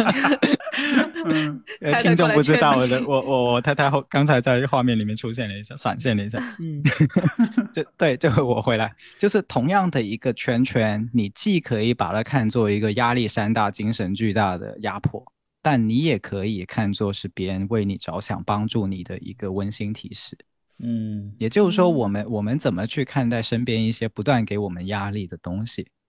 听众不知道我太太刚才在画面里面出现了一下，闪现了一下。对，这回我回来，就是同样的一个圈圈，你既可以把它看作一个压力山大、精神巨大的压迫，但你也可以看作是别人为你着想、帮助你的一个温馨提示。也就是说，我们怎么去看待身边一些不断给我们压力的东西？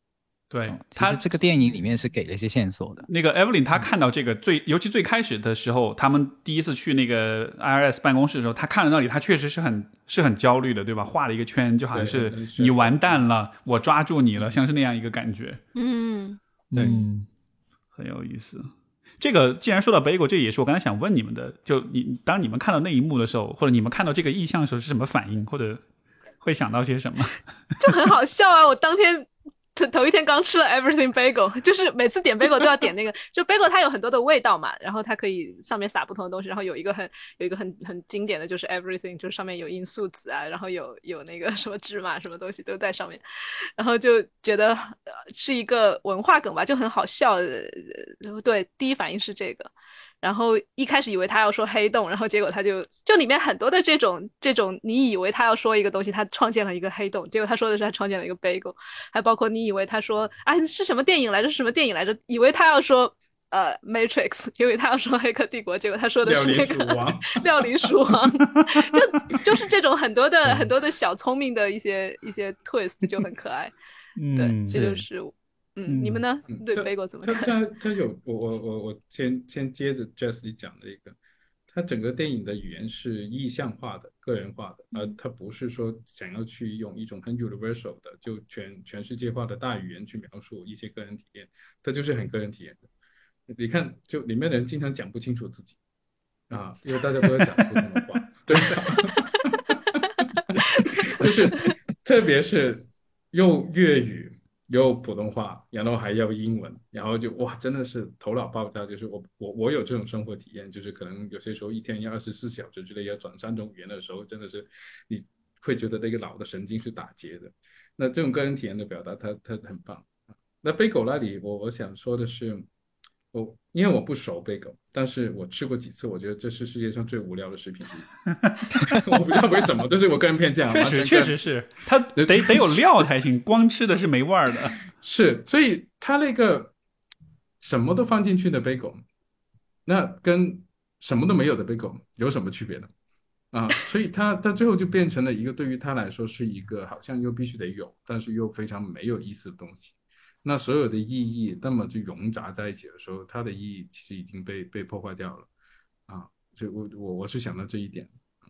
对， 其实这个电影里面是给了一些线索的。 那个 Evelyn 她看到这个尤其最开始的时候，他们第一次去那个 IRS 办公室的时候，她看到那里，她确实是很焦虑的，对吧？画了一个圈，就好像是你完蛋了，我抓住你了，像是那样一个感觉。 对， 很有意思。这个既然说到 Bagel， 这也是我刚才想问你们的，就当你们看到那一幕的时候，或者你们看到这个意象的时候是什么反应，或者会想到些什么？ 就很好笑啊！我当天头一天刚吃了 Everything Bagel， 就是每次点 Bagel 都要点那个，就 Bagel 它有很多的味道嘛，然后它可以上面撒不同的东西，然后有一个很经典的就是 Everything， 就是上面有罂粟籽啊，然后有那个什么芝麻什么东西都在上面，然后就觉得是一个文化梗吧，就很好笑。对，第一反应是这个。然后一开始以为他要说黑洞，然后结果他就里面很多的这种你以为他要说一个东西，他创建了一个黑洞，结果他说的是他创建了一个 bagel， 还包括你以为他说是什么电影来着，是什么电影来着，以为他要说Matrix， 以为他要说黑客帝国，结果他说的是那个料理鼠王就是这种很多的小聪明的一些 twist 就很可爱。对，这就是你们呢？对 bagel 怎么看？ 他有我先接着 Jess 讲的一个，他整个电影的语言是意象化的、个人化的，他不是说想要去用一种很 universal 的，就全世界化的大语言去描述一些个人体验，他就是很个人体验的。你看，就里面的人经常讲不清楚自己啊，因为大家都在讲不同的话，对就是特别是用粤语。有普通话，然后还要英文，然后就哇，真的是头脑爆炸。就是我有这种生活体验，就是可能有些时候一天要24小时之内要转3种语言的时候，真的是你会觉得那个脑的神经是打结的。那这种个人体验的表达，它很棒。那贝狗那里，我想说的是，因为我不熟贝狗，但是我吃过几次，我觉得这是世界上最无聊的食品。我不知道为什么，这是我个人偏见。 确实是，它得有料才行，光吃的是没味儿的。 是，所以它那个什么都放进去的贝狗，那跟什么都没有的贝狗有什么区别呢？所以它最后就变成了一个对于他来说是一个好像又必须得有，但是又非常没有意思的东西。那所有的意义那么就融杂在一起的时候，它的意义其实已经被破坏掉了所以我是想到这一点。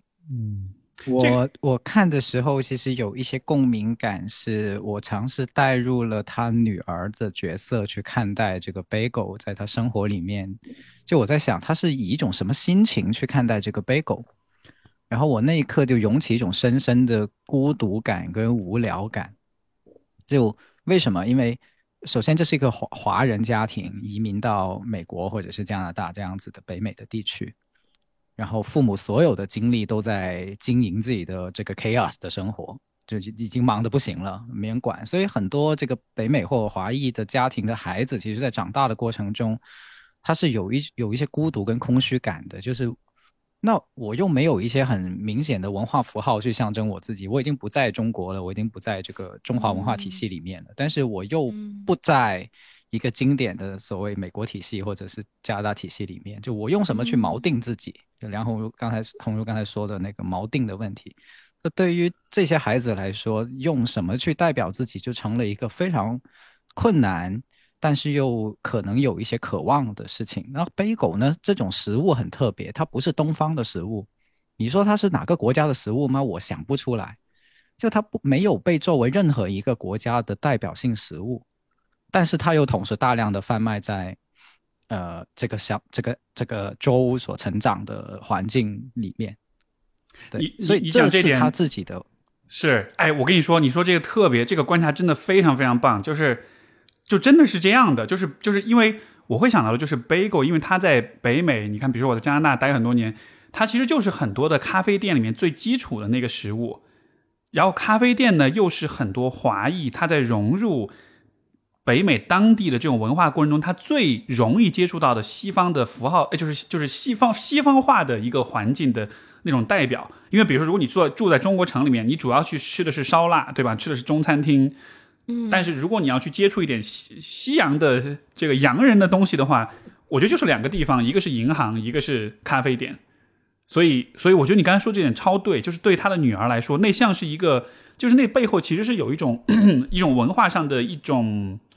我看的时候其实有一些共鸣感，是我尝试带入了他女儿的角色去看待这个 bagel 在他生活里面，就我在想他是以一种什么心情去看待这个 bagel， 然后我那一刻就涌起一种深深的孤独感跟无聊感。就为什么？因为首先这是一个华人家庭移民到美国或者是加拿大这样子的北美的地区，然后父母所有的精力都在经营自己的这个 chaos 的生活，就已经忙得不行了，没人管。所以很多这个北美或华裔的家庭的孩子，其实在长大的过程中，他是有一些孤独跟空虚感的，就是那我又没有一些很明显的文化符号去象征我自己，我已经不在中国了，我已经不在这个中华文化体系里面了，但是我又不在一个经典的所谓美国体系或者是加拿大体系里面，就我用什么去锚定自己？就梁鸿儒刚才说的那个锚定的问题，那对于这些孩子来说，用什么去代表自己，就成了一个非常困难，但是又可能有一些渴望的事情。然后贝狗呢，这种食物很特别，它不是东方的食物，你说它是哪个国家的食物吗？我想不出来，就它没有被作为任何一个国家的代表性食物，但是它又同时大量的贩卖在这个州所成长的环境里面。对，所以这是他自己的。 是，我跟你说，你说这个特别，这个观察真的非常非常棒，就真的是这样的，就是因为我会想到的就是 bagel， 因为他在北美，你看，比如说我在加拿大待很多年，它其实就是很多的咖啡店里面最基础的那个食物，然后咖啡店呢又是很多华裔他在融入北美当地的这种文化过程中，他最容易接触到的西方的符号，就是西方化的一个环境的那种代表。因为比如说，如果你住在中国城里面，你主要去吃的是烧腊，对吧？吃的是中餐厅。但是如果你要去接触一点西洋的这个洋人的东西的话，我觉得就是两个地方，一个是银行，一个是咖啡店。所以我觉得你刚才说这点超对，就是对他的女儿来说，那像是一个，就是那背后其实是有一种文化上的一种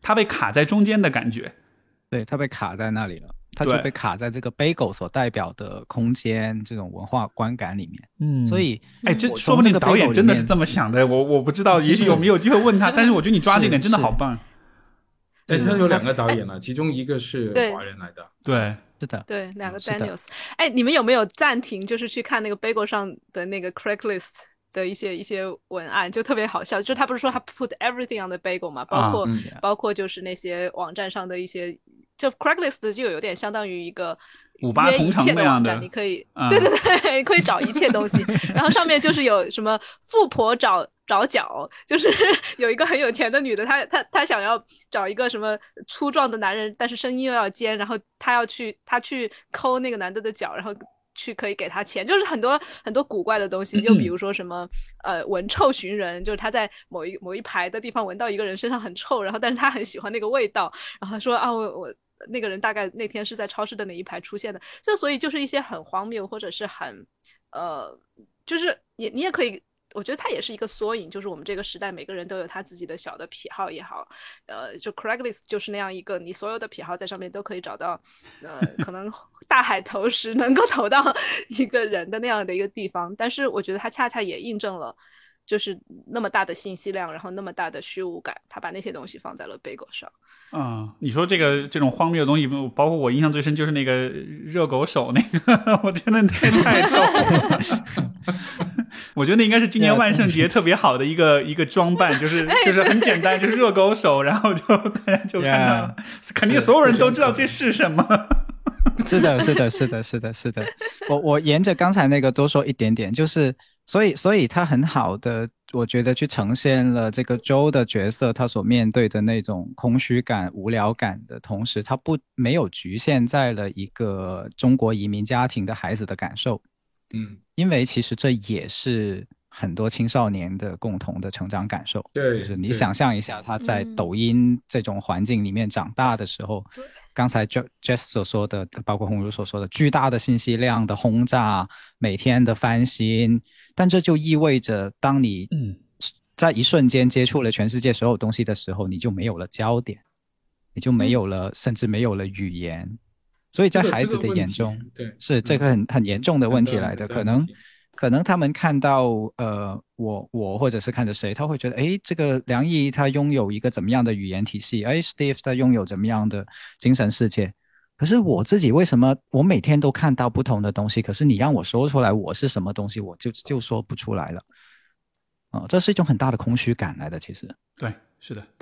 它被卡在中间的感觉。 对，它被卡在那里了，它就对被卡在这个 bagel 所代表的空间这种文化观感里面。所以， 这我说不定从这个导演 bagel 真的是里面这么想的，我不知道，也许有没有机会问他，但是我觉得你抓这点真的好棒。 他有2个导演了，其中一个是华人来的。 对， 是的， 对，2个是的 Daniels。你们有没有暂停，就是去看那个 Bagel 上的那个 Craigslist 的一些文案，就特别好笑。就他不是说他 put everything on the bagel 嘛，包括就是那些网站上的一些，就 Craigslist 就有点相当于一个 58同城那样的， 你可以，对对对，可以找一切东西。然后上面就是有什么富婆找脚，就是有一个很有钱的女的，她想要找一个什么粗壮的男人，但是声音又要尖，然后她去抠那个男的的脚，然后去可以给他钱，就是很多很多古怪的东西，就比如说什么闻臭寻人，就是他在某一排的地方闻到一个人身上很臭，然后但是他很喜欢那个味道，然后他说啊我那个人大概那天是在超市的哪一排出现的，这所以就是一些很荒谬或者是很就是你也可以。我觉得它也是一个缩影，就是我们这个时代每个人都有他自己的小的癖好也好，就 Craigslist 就是那样一个你所有的癖好在上面都可以找到，可能大海投石能够投到一个人的那样的一个地方，但是我觉得它恰恰也印证了，就是那么大的信息量，然后那么大的虚无感，他把那些东西放在了 bagel 上。 你说这种荒谬的东西，包括我印象最深就是那个热狗手那个，我真的太逗了。我觉得那应该是今年万圣节特别好的一个装扮，就是很简单，就是热狗手，然后大家就看到，肯定所有人都知道这是什么。 是的。我沿着刚才那个多说一点点，就是所以他很好的，我觉得去呈现了这个 Joe 的角色他所面对的那种空虚感、无聊感的同时，他没有局限在了一个中国移民家庭的孩子的感受。因为其实这也是很多青少年的共同的成长感受。 对， 就是你想象一下他在抖音这种环境里面长大的时候，刚才 Jess 所说的，包括鸿儒所说的巨大的信息量的轰炸，每天的翻新，但这就意味着当你在一瞬间接触了全世界所有东西的时候，你就没有了焦点，你就没有了甚至没有了语言。所以在孩子的眼中，是这个很严重的问题来的。可能他们看到我或者是看着谁，他会觉得这个梁毅他拥有一个怎么样的语言体系，Steve 他拥有怎么样的精神世界。可是我自己为什么我每天都看到不同的东西，可是你让我说出来我是什么东西，我就說不出来了。这是一种很大的空虚感来的，其实。 对，是的。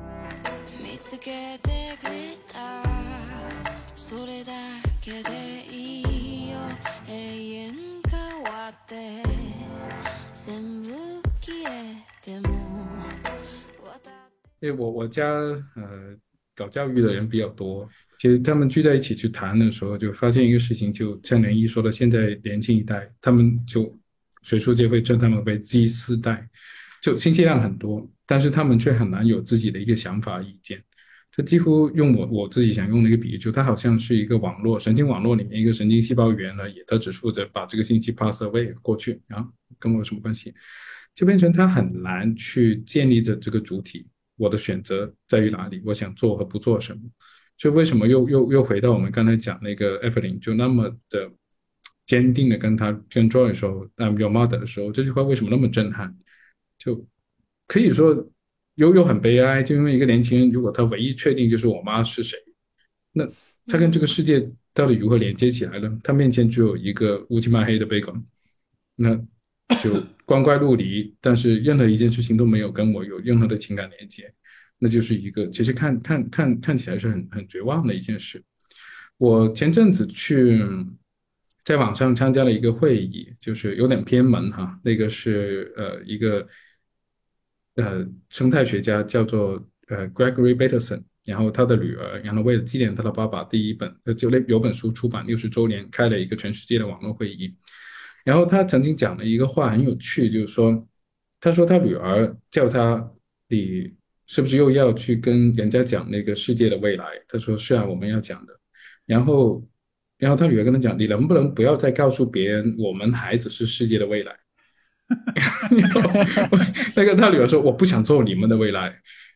因为我家搞教育的人比较多，其实他们聚在一起去谈的时候，就发现一个事情，就像连毅说的，现在年轻一代，他们就学术界会称他们为 Z 世代，就信息量很多，但是他们却很难有自己的一个想法意见。这几乎用我自己想用的一个比喻，就它好像是一个网络，神经网络里面一个神经细胞源而已，它只负责把这个信息 pass away 过去，然后跟我有什么关系？就变成它很难去建立着这个主体，我的选择在于哪里，我想做和不做什么。所以为什么又回到我们刚才讲那个 Evelyn 就那么的坚定的跟 Joy 说 I'm your mother 的时候，这句话为什么那么震撼？就可以说又很悲哀，就因为一个年轻人，如果他唯一确定就是我妈是谁，那他跟这个世界到底如何连接起来呢？他面前只有一个乌漆嘛黑的bagel，那就光怪陆离，但是任何一件事情都没有跟我有任何的情感连接，那就是一个其实看起来是很绝望的一件事。我前阵子在网上参加了一个会议，就是有点偏门哈，那个是一个生态学家叫做Gregory Bateson， 然后他的女儿，然后为了纪念他的爸爸，第一本就有本书出版60周年，开了一个全世界的网络会议。然后他曾经讲了一个话很有趣，就是说，他说他女儿叫他，你是不是又要去跟人家讲那个世界的未来？他说是啊，我们要讲的。然后他女儿跟他讲，你能不能不要再告诉别人我们孩子是世界的未来？那个他女儿说我不想做你们的未来。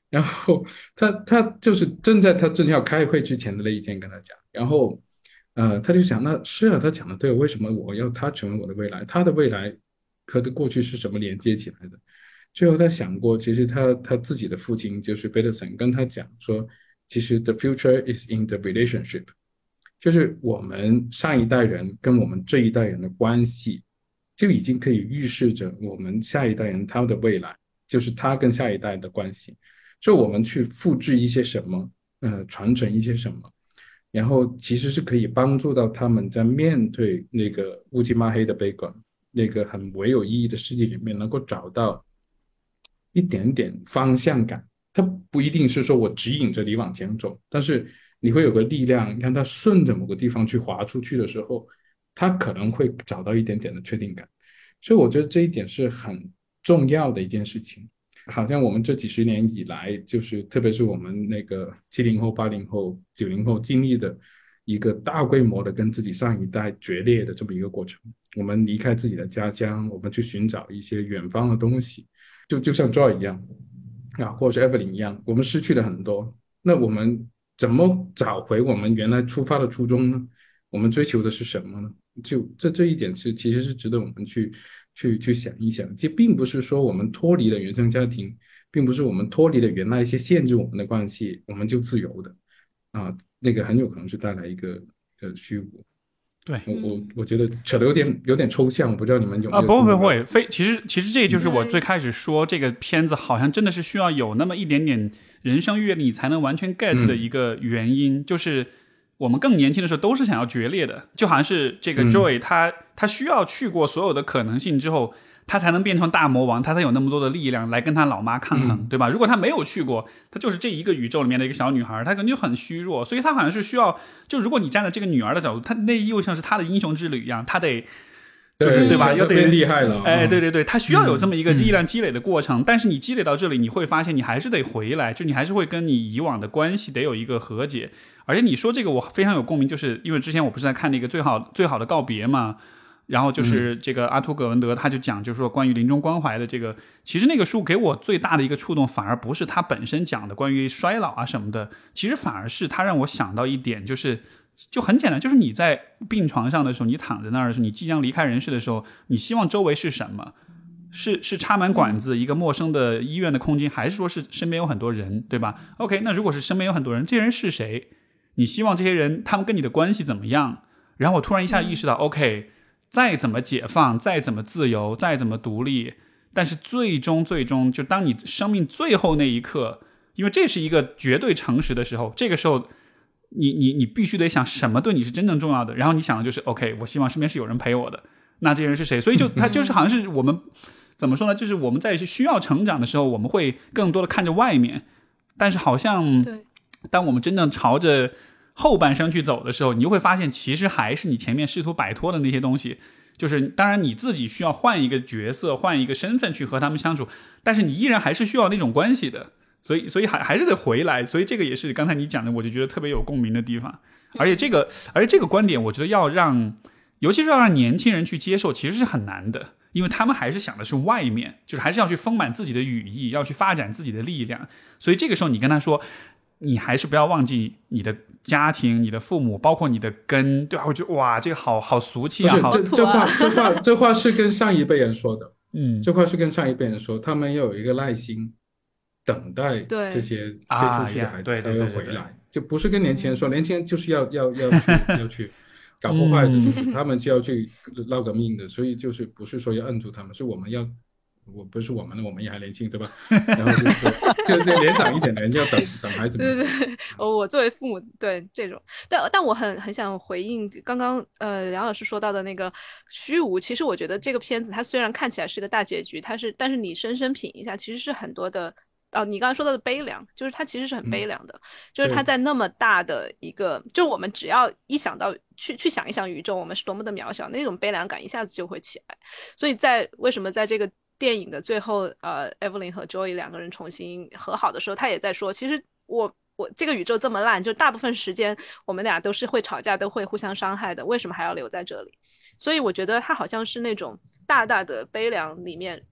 然后他就是他正要开会之前的那一天跟他讲，然后他就想，那是啊，他讲的对，为什么我要他成为我的未来？他的未来和他过去是什么连接起来的？最后他想过，其实他自己的父亲就是 Peterson 跟他讲说，其实 the future is in the relationship，就是我们上一代人跟我们这一代人的关系，就已经可以预示着我们下一代人他的未来，就是他跟下一代的关系。就我们去复制一些什么，传承一些什么，然后其实是可以帮助到他们在面对那个乌漆嘛黑的悲观，那个很唯有意义的世界里面，能够找到一点点方向感。它不一定是说我指引着你往前走，但是你会有个力量，让它顺着某个地方去滑出去的时候，它可能会找到一点点的确定感。所以我觉得这一点是很重要的一件事情。好像我们这几十年以来，就是特别是我们那个70后、80后、90后经历的一个大规模的跟自己上一代决裂的这么一个过程。我们离开自己的家乡，我们去寻找一些远方的东西，就像 Joy 一样啊，或者是 Evelyn 一样，我们失去了很多。那我们怎么找回我们原来出发的初衷呢？我们追求的是什么呢？就这一点其实是值得我们去想一想。这并不是说我们脱离了原生家庭，并不是我们脱离了原来一些限制我们的关系，我们就自由的啊。那个很有可能是带来一个虚无。 对， 我觉得扯得有点抽象，我不知道你们有没有不会，其实这就是我最开始说这个片子好像真的是需要有那么一点点人生阅历才能完全 get 的一个原因，就是我们更年轻的时候都是想要决裂的，就好像是这个 Joy 他需要去过所有的可能性之后，他才能变成大魔王，他才有那么多的力量来跟他老妈抗衡，对吧？如果他没有去过，他就是这一个宇宙里面的一个小女孩，他可能就很虚弱，所以他好像是需要，就如果你站在这个女儿的角度，他那又像是他的英雄之旅一样，他得就是对吧？要得厉害了， 哎，对，他需要有这么一个力量积累的过程，但是你积累到这里，你会发现你还是得回来，就你还是会跟你以往的关系得有一个和解。而且你说这个我非常有共鸣，就是因为之前我不是在看那个最好的告别嘛。然后就是这个阿图·葛文德，他就讲，就是说关于临终关怀的这个，其实那个书给我最大的一个触动，反而不是他本身讲的关于衰老啊什么的，其实反而是他让我想到一点，就很简单，就是你在病床上的时候，你躺在那儿的时候，你即将离开人世的时候，你希望周围是什么？是插满管子一个陌生的医院的空间，还是说是身边有很多人，对吧 ？OK， 那如果是身边有很多人，这些人是谁？你希望这些人他们跟你的关系怎么样？然后我突然一下意识到 ，OK。再怎么解放，再怎么自由，再怎么独立，但是最终，就当你生命最后那一刻，因为这是一个绝对诚实的时候，这个时候，你必须得想什么对你是真正重要的，然后你想的就是 OK， 我希望身边是有人陪我的，那这些人是谁？所以他就是好像是我们怎么说呢？就是我们在需要成长的时候，我们会更多的看着外面，但是好像当我们真正朝着后半生去走的时候，你就会发现其实还是你前面试图摆脱的那些东西，就是当然你自己需要换一个角色，换一个身份去和他们相处，但是你依然还是需要那种关系的，所以还是得回来。所以这个也是刚才你讲的，我就觉得特别有共鸣的地方。而且这个观点，我觉得尤其是要让年轻人去接受，其实是很难的，因为他们还是想的是外面，就是还是要去丰满自己的羽翼，要去发展自己的力量。所以这个时候你跟他说，你还是不要忘记你的家庭、你的父母，包括你的根，对吧？我觉得哇，这个好俗气啊！ 不是这话是跟上一辈人说的，这话是跟上一辈人说，他们要有一个耐心，等待这些飞出去的孩子他要回来，就不是跟年轻人说，年轻人就是要去搞破坏的，就是他们就要去闹革命的，所以就是不是说要摁住他们，是我们要。我不是我们也还年轻，对吧？然后就年长一点的人就要等孩子们。 对，我作为父母，对这种，但我很想回应刚刚梁老师说到的那个虚无。其实我觉得这个片子它虽然看起来是个大结局，但是你深深品一下，其实是很多的。你刚刚说到的悲凉，就是它其实是很悲凉的，就是它在那么大的一个，就我们只要一想到去想一想宇宙，我们是多么的渺小，那种悲凉感一下子就会起来。所以为什么在这个电影的最后Evelyn 和 Joy 两个人重新和好的时候，他也在说，其实我这个宇宙这么烂，就大部分时间我们俩都是会吵架，都会互相伤害的，为什么还要留在这里？所以我觉得他好像是那种大大的悲凉里面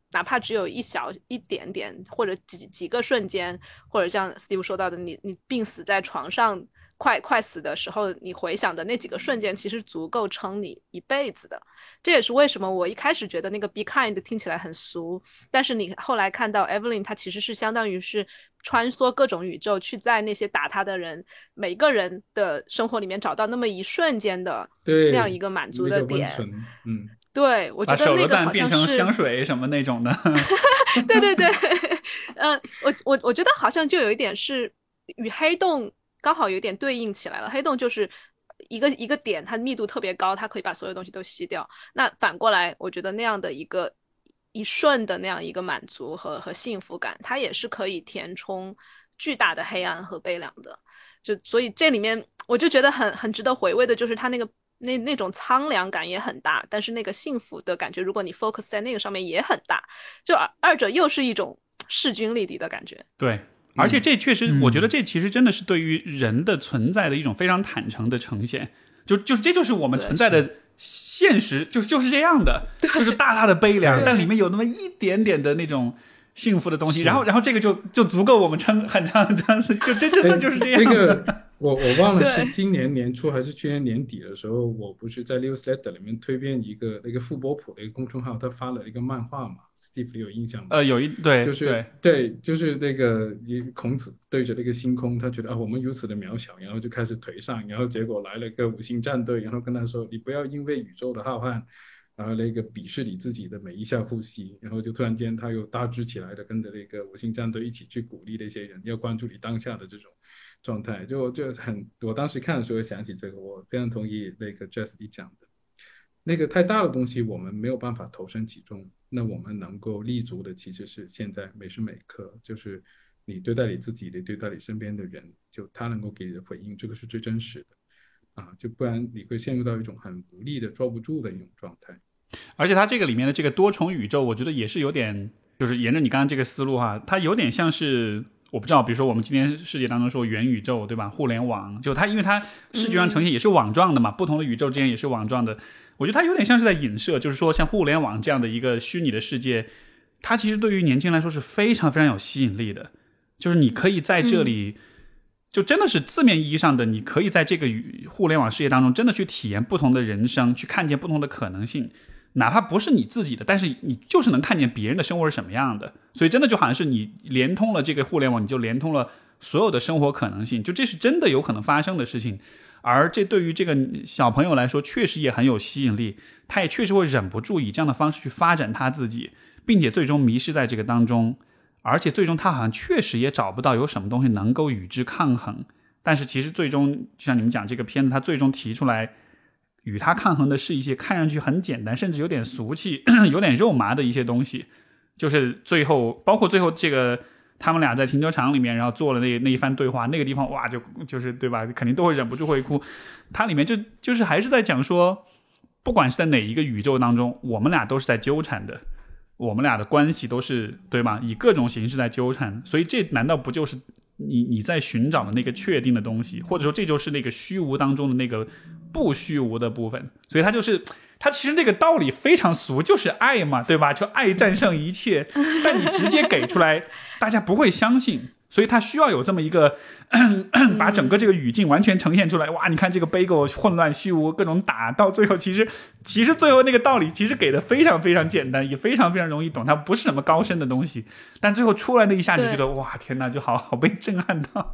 哪怕只有一点点，或者几个瞬间，或者像 Steve 说到的，你病死在床上，快死的时候，你回想的那几个瞬间，其实足够撑你一辈子的。这也是为什么我一开始觉得那个 Be Kind 听起来很俗，但是你后来看到 Evelyn， 她其实是相当于是穿梭各种宇宙，去在那些打她的人每个人的生活里面找到那么一瞬间的那样一个满足的点。对，我觉得那个好像是把手榴弹变成香水什么那种的。 对对对，我觉得好像就有一点是与黑洞刚好有点对应起来了。黑洞就是一个点，它密度特别高，它可以把所有东西都吸掉。那反过来，我觉得那样的一瞬的那样一个满足和幸福感，它也是可以填充巨大的黑暗和悲凉的。所以这里面我就觉得很值得回味的，就是它那种苍凉感也很大，但是那个幸福的感觉，如果你 focus 在那个上面也很大，就二者又是一种势均力敌的感觉。 对，而且这确实，我觉得这其实真的是对于人的存在的一种非常坦诚的呈现。就是这就是我们存在的现实，就是这样的，就是大大的悲凉，但里面有那么一点点的那种幸福的东西，然后这个就足够我们撑很长时间，就真的就是这样的。 那个我忘了是今年年初还是去年年底的时候，我不是在 Newsletter 里面推荐一个那个傅波普的一个公众号，他发了一个漫画嘛 ，Steve 有印象吗？ 对， 就是那个孔子对着那个星空，他觉得我们如此的渺小，然后就开始颓丧，然后结果来了个五星战队，然后跟他说，你不要因为宇宙的浩瀚。然后那个鄙视你自己的每一下呼吸，然后就突然间他又大支起来的跟着那个五星战队一起去鼓励那些人要关注你当下的这种状态，就我当时看的时候想起这个，我非常同意那个 Jess 你讲的，那个太大的东西我们没有办法投身其中，那我们能够立足的其实是现在每时每刻，就是你对待你自己，你对待你身边的人，就他能够给你的回应，这个是最真实的就不然你会陷入到一种很无力的抓不住的一种状态。 而且它这个里面的这个多重宇宙，我觉得也是有点，就是沿着你刚刚这个思路哈，它有点像是，我不知道，比如说我们今天世界当中说元宇宙，对吧？互联网，就它因为它视觉上呈现也是网状的嘛，不同的宇宙之间也是网状的，我觉得它有点像是在影射，就是说像互联网这样的一个虚拟的世界，它其实对于年轻人来说是非常非常有吸引力的，就是你可以在这里。就真的是字面意义上的，你可以在这个互联网世界当中真的去体验不同的人生，去看见不同的可能性，哪怕不是你自己的，但是你就是能看见别人的生活是什么样的。所以真的就好像是你连通了这个互联网，你就连通了所有的生活可能性，就这是真的有可能发生的事情。而这对于这个小朋友来说确实也很有吸引力，他也确实会忍不住以这样的方式去发展他自己，并且最终迷失在这个当中。而且最终他好像确实也找不到有什么东西能够与之抗衡，但是其实最终就像你们讲这个片子，他最终提出来与他抗衡的是一些看上去很简单甚至有点俗气有点肉麻的一些东西，就是最后包括最后这个他们俩在停车场里面然后做了那一番对话，那个地方哇就是对吧，肯定都会忍不住会哭。它里面就是还是在讲说，不管是在哪一个宇宙当中，我们俩都是在纠缠的，我们俩的关系都是对吧，以各种形式在纠缠，所以这难道不就是你在寻找的那个确定的东西，或者说这就是那个虚无当中的那个不虚无的部分。所以它其实这个道理非常俗，就是爱嘛，对吧，就爱战胜一切，但你直接给出来大家不会相信，所以它需要有这么一个把整个这个语境完全呈现出来。哇，你看这个杯狗混乱虚无各种打，到最后其实最后那个道理其实给的非常非常简单，也非常非常容易懂，它不是什么高深的东西，但最后出来那一下你就觉得哇天哪，就好被震撼到。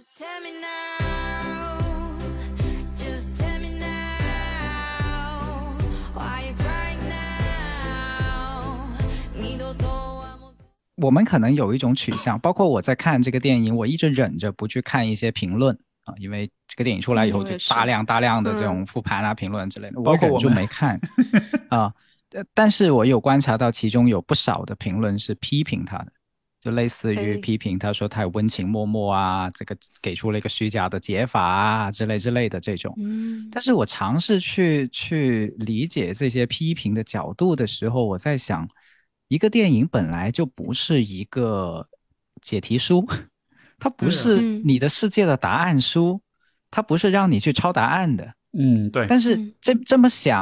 我们可能有一种取向，包括我在看这个电影，我一直忍着不去看一些评论因为这个电影出来以后就大量的这种复盘啊、评论之类的，我忍住没看但是我有观察到其中有不少的评论是批评他的，就类似于批评他说他有温情脉脉啊，这个给出了一个虚假的解法啊之类的这种。但是我尝试去理解这些批评的角度的时候，我在想，一个电影本来就不是一个解题书，它不是你的世界的答案书，它不是让你去抄答案的。 对。 但是这么想，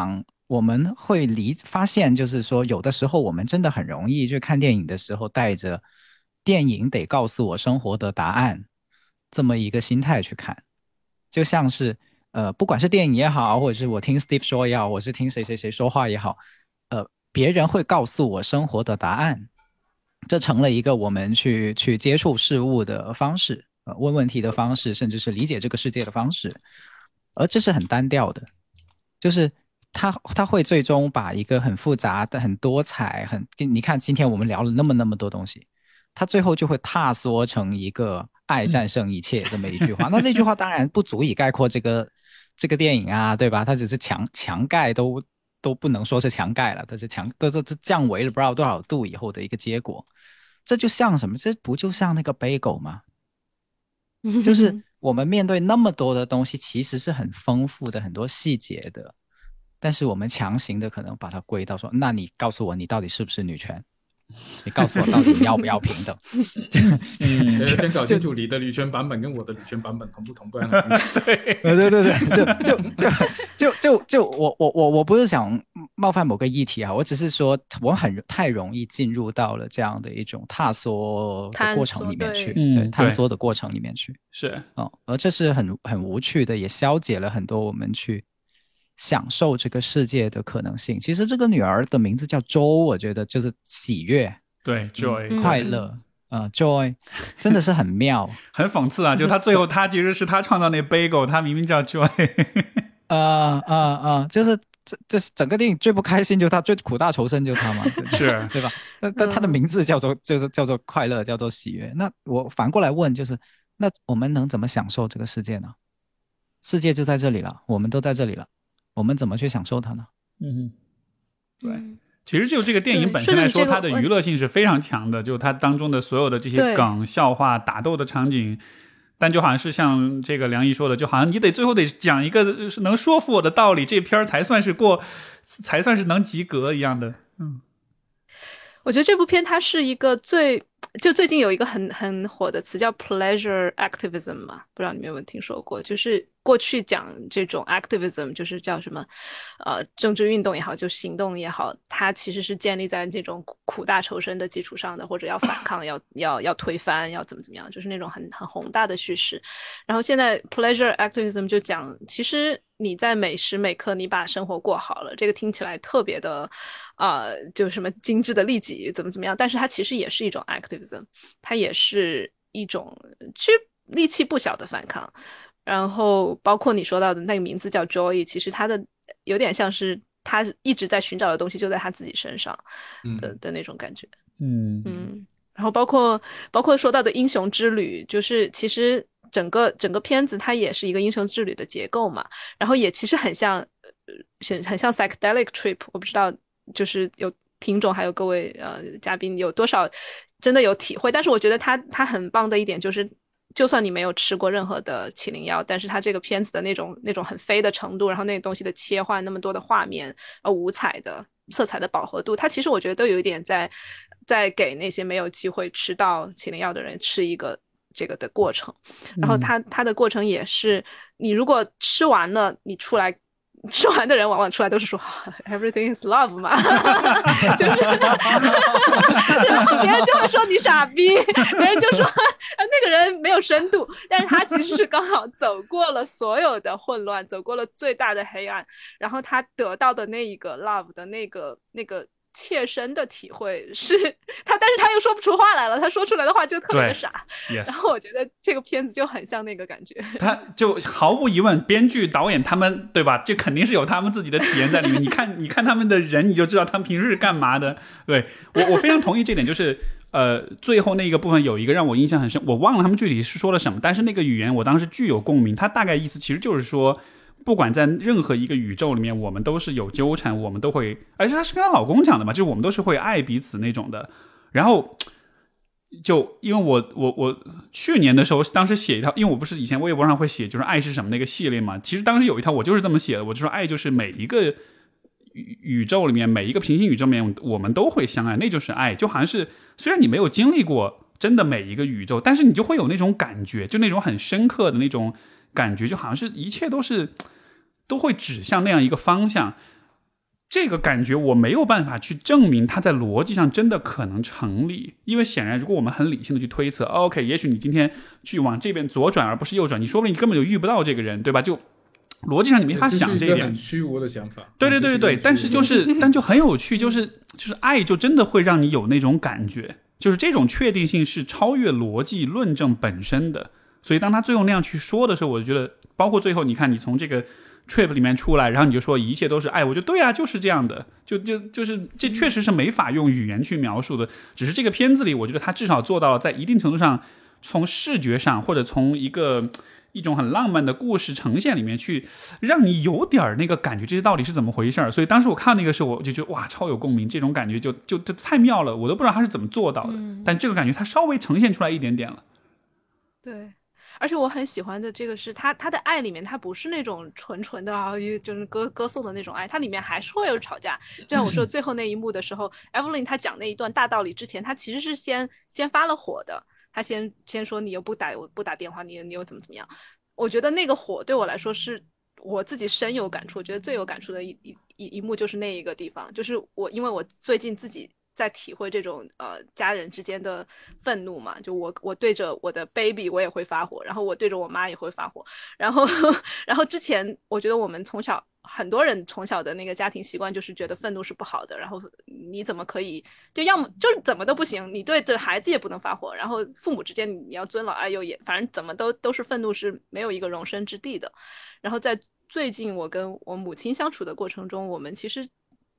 我们会发现，就是说，有的时候我们真的很容易去看电影的时候，带着电影得告诉我生活的答案这么一个心态去看，就像是不管是电影也好，或者是我听 Steve 说也好，我是听谁谁谁说话也好，别人会告诉我生活的答案，这成了一个我们去接触事物的方式，问问题的方式，甚至是理解这个世界的方式，而这是很单调的，就是他会最终把一个很复杂的、很多彩、你看今天我们聊了那么多东西，他最后就会塌缩成一个爱战胜一切这么一句话。那这句话当然不足以概括这个电影啊，对吧？它只是强盖都不能说是强盖了，它是都降为了不知道多少度以后的一个结果。这就像什么？这不就像那个bagel吗？就是我们面对那么多的东西，其实是很丰富的，很多细节的，但是我们强行的可能把它归到说，那你告诉我你到底是不是女权？你告诉我到底要不要平等？ 先搞清楚你的女权版本跟我的女权版本同不同，不然对，我不是想冒犯某个议题啊，我只是说我太容易进入到了这样的一种探索的过程里面去，对，探索的过程里面去， 是而这是很无趣的，也消解了很多我们去享受这个世界的可能性。其实这个女儿的名字叫周，我觉得就是喜悦， 对 joy 快乐，joy 真的是很妙， 很讽刺啊！就他最后他其实是他创造那 bagel， 他明明叫 joy， 就是这整个电影最不开心就他，最苦大仇深就他嘛， 是对吧？但他的名字叫做快乐，叫做喜悦。那我反过来问，就是那我们能怎么享受这个世界呢？世界就在这里了，我们都在这里了。我们怎么去享受它呢？ 对，其实就这个电影本身来说，它的娱乐性是非常强的，就它当中的所有的这些梗、笑话、打斗的场景，但就好像是像这个梁毅说的，就好像你最后得讲一个就是能说服我的道理，这片才算是能及格一样的。 我觉得这部片它是一个最近有一个很火的词叫 pleasure activism 嘛，不知道你们有没有听说过？就是过去讲这种 activism 就是叫什么政治运动也好，就行动也好，它其实是建立在这种苦大仇深的基础上的，或者要反抗，要推翻，要怎么样，就是那种很宏大的叙事。然后现在 pleasure activism 就讲，其实你在每时每刻你把生活过好了，这个听起来特别的就什么精致的利己怎么样，但是它其实也是一种 activism， 它也是一种其实力气不小的反抗。然后包括你说到的那个名字叫 Joy， 其实他的有点像是他一直在寻找的东西就在他自己身上的那种感觉。然后包括说到的英雄之旅，就是其实整个片子它也是一个英雄之旅的结构嘛，然后也其实很像 psychedelic trip， 我不知道就是有听众还有各位嘉宾有多少真的有体会，但是我觉得它很棒的一点就是，就算你没有吃过任何的起灵药，但是它这个片子的那种很飞的程度，然后那个东西的切换，那么多的画面，五彩的色彩的饱和度，它其实我觉得都有一点在给那些没有机会吃到起灵药的人吃一个这个的过程。然后它的过程也是，你如果吃完了，你出来。吃完的人往往出来都是说 everything is love 嘛就是别人就会说你傻逼，别人就说那个人没有深度，但是他其实是刚好走过了所有的混乱，走过了最大的黑暗，然后他得到的那一个 love 的那个切身的体会是他，但是他又说不出话来了，他说出来的话就特别的傻。然后我觉得这个片子就很像那个感觉， 他就毫无疑问，编剧导演他们对吧？这肯定是有他们自己的体验在里面。你看他们的人，你就知道他们平时是干嘛的。对，我非常同意这点，就是最后那个部分有一个让我印象很深，我忘了他们具体是说了什么，但是那个语言我当时具有共鸣。他大概意思其实就是说，不管在任何一个宇宙里面，我们都是有纠缠，我们都会，而且她是跟她老公讲的嘛，就是我们都是会爱彼此那种的。然后就因为我去年的时候，当时写一套，因为我不是以前微博上会写就是爱是什么那个系列嘛，其实当时有一套我就是这么写的，我就说爱就是每一个宇宙里面，每一个平行宇宙里面我们都会相爱，那就是爱。就好像是虽然你没有经历过真的每一个宇宙，但是你就会有那种感觉，就那种很深刻的那种感觉，就好像是一切都会指向那样一个方向。 这个感觉我没有办法去证明它在逻辑上真的可能成立，因为显然如果我们很理性的去推测 OK 也许你今天去往这边左转而不是右转，你说不定你根本就遇不到这个人，对吧？就逻辑上你没法想这一点， 这是一个很虚无的想法。 对，但是但就很有趣，就是爱就真的会让你有那种感觉，就是这种确定性是超越逻辑论证本身的。所以当他最后那样去说的时候，我就觉得包括最后你看你从这个 trip 里面出来，然后你就说一切都是爱，我觉得对啊，就是这样的，就是这确实是没法用语言去描述的。只是这个片子里我觉得他至少做到了在一定程度上从视觉上或者从一种很浪漫的故事呈现里面去让你有点那个感觉这些到底是怎么回事。所以当时我看那个时候我就觉得哇超有共鸣，这种感觉就太妙了，我都不知道他是怎么做到的，但这个感觉他稍微呈现出来一点点了。 对，而且我很喜欢的这个是他的爱里面，他不是那种纯的啊，就是歌颂的那种爱，他里面还是会有吵架。就像我说最后那一幕的时候，Evelyn 他讲那一段大道理之前，他其实是先发了火的，他先说你又不打电话，你又怎么样。我觉得那个火对我来说是我自己深有感触，我觉得最有感触的一幕就是那一个地方，就是因为我最近自己在体会这种家人之间的愤怒嘛，就我对着我的 baby 我也会发火，然后我对着我妈也会发火，然后之前我觉得我们很多人从小的那个家庭习惯就是觉得愤怒是不好的，然后你怎么可以就要么就是怎么都不行，你对着孩子也不能发火，然后父母之间你要尊老爱幼也，反正怎么都是愤怒是没有一个容身之地的。然后在最近我跟我母亲相处的过程中，我们其实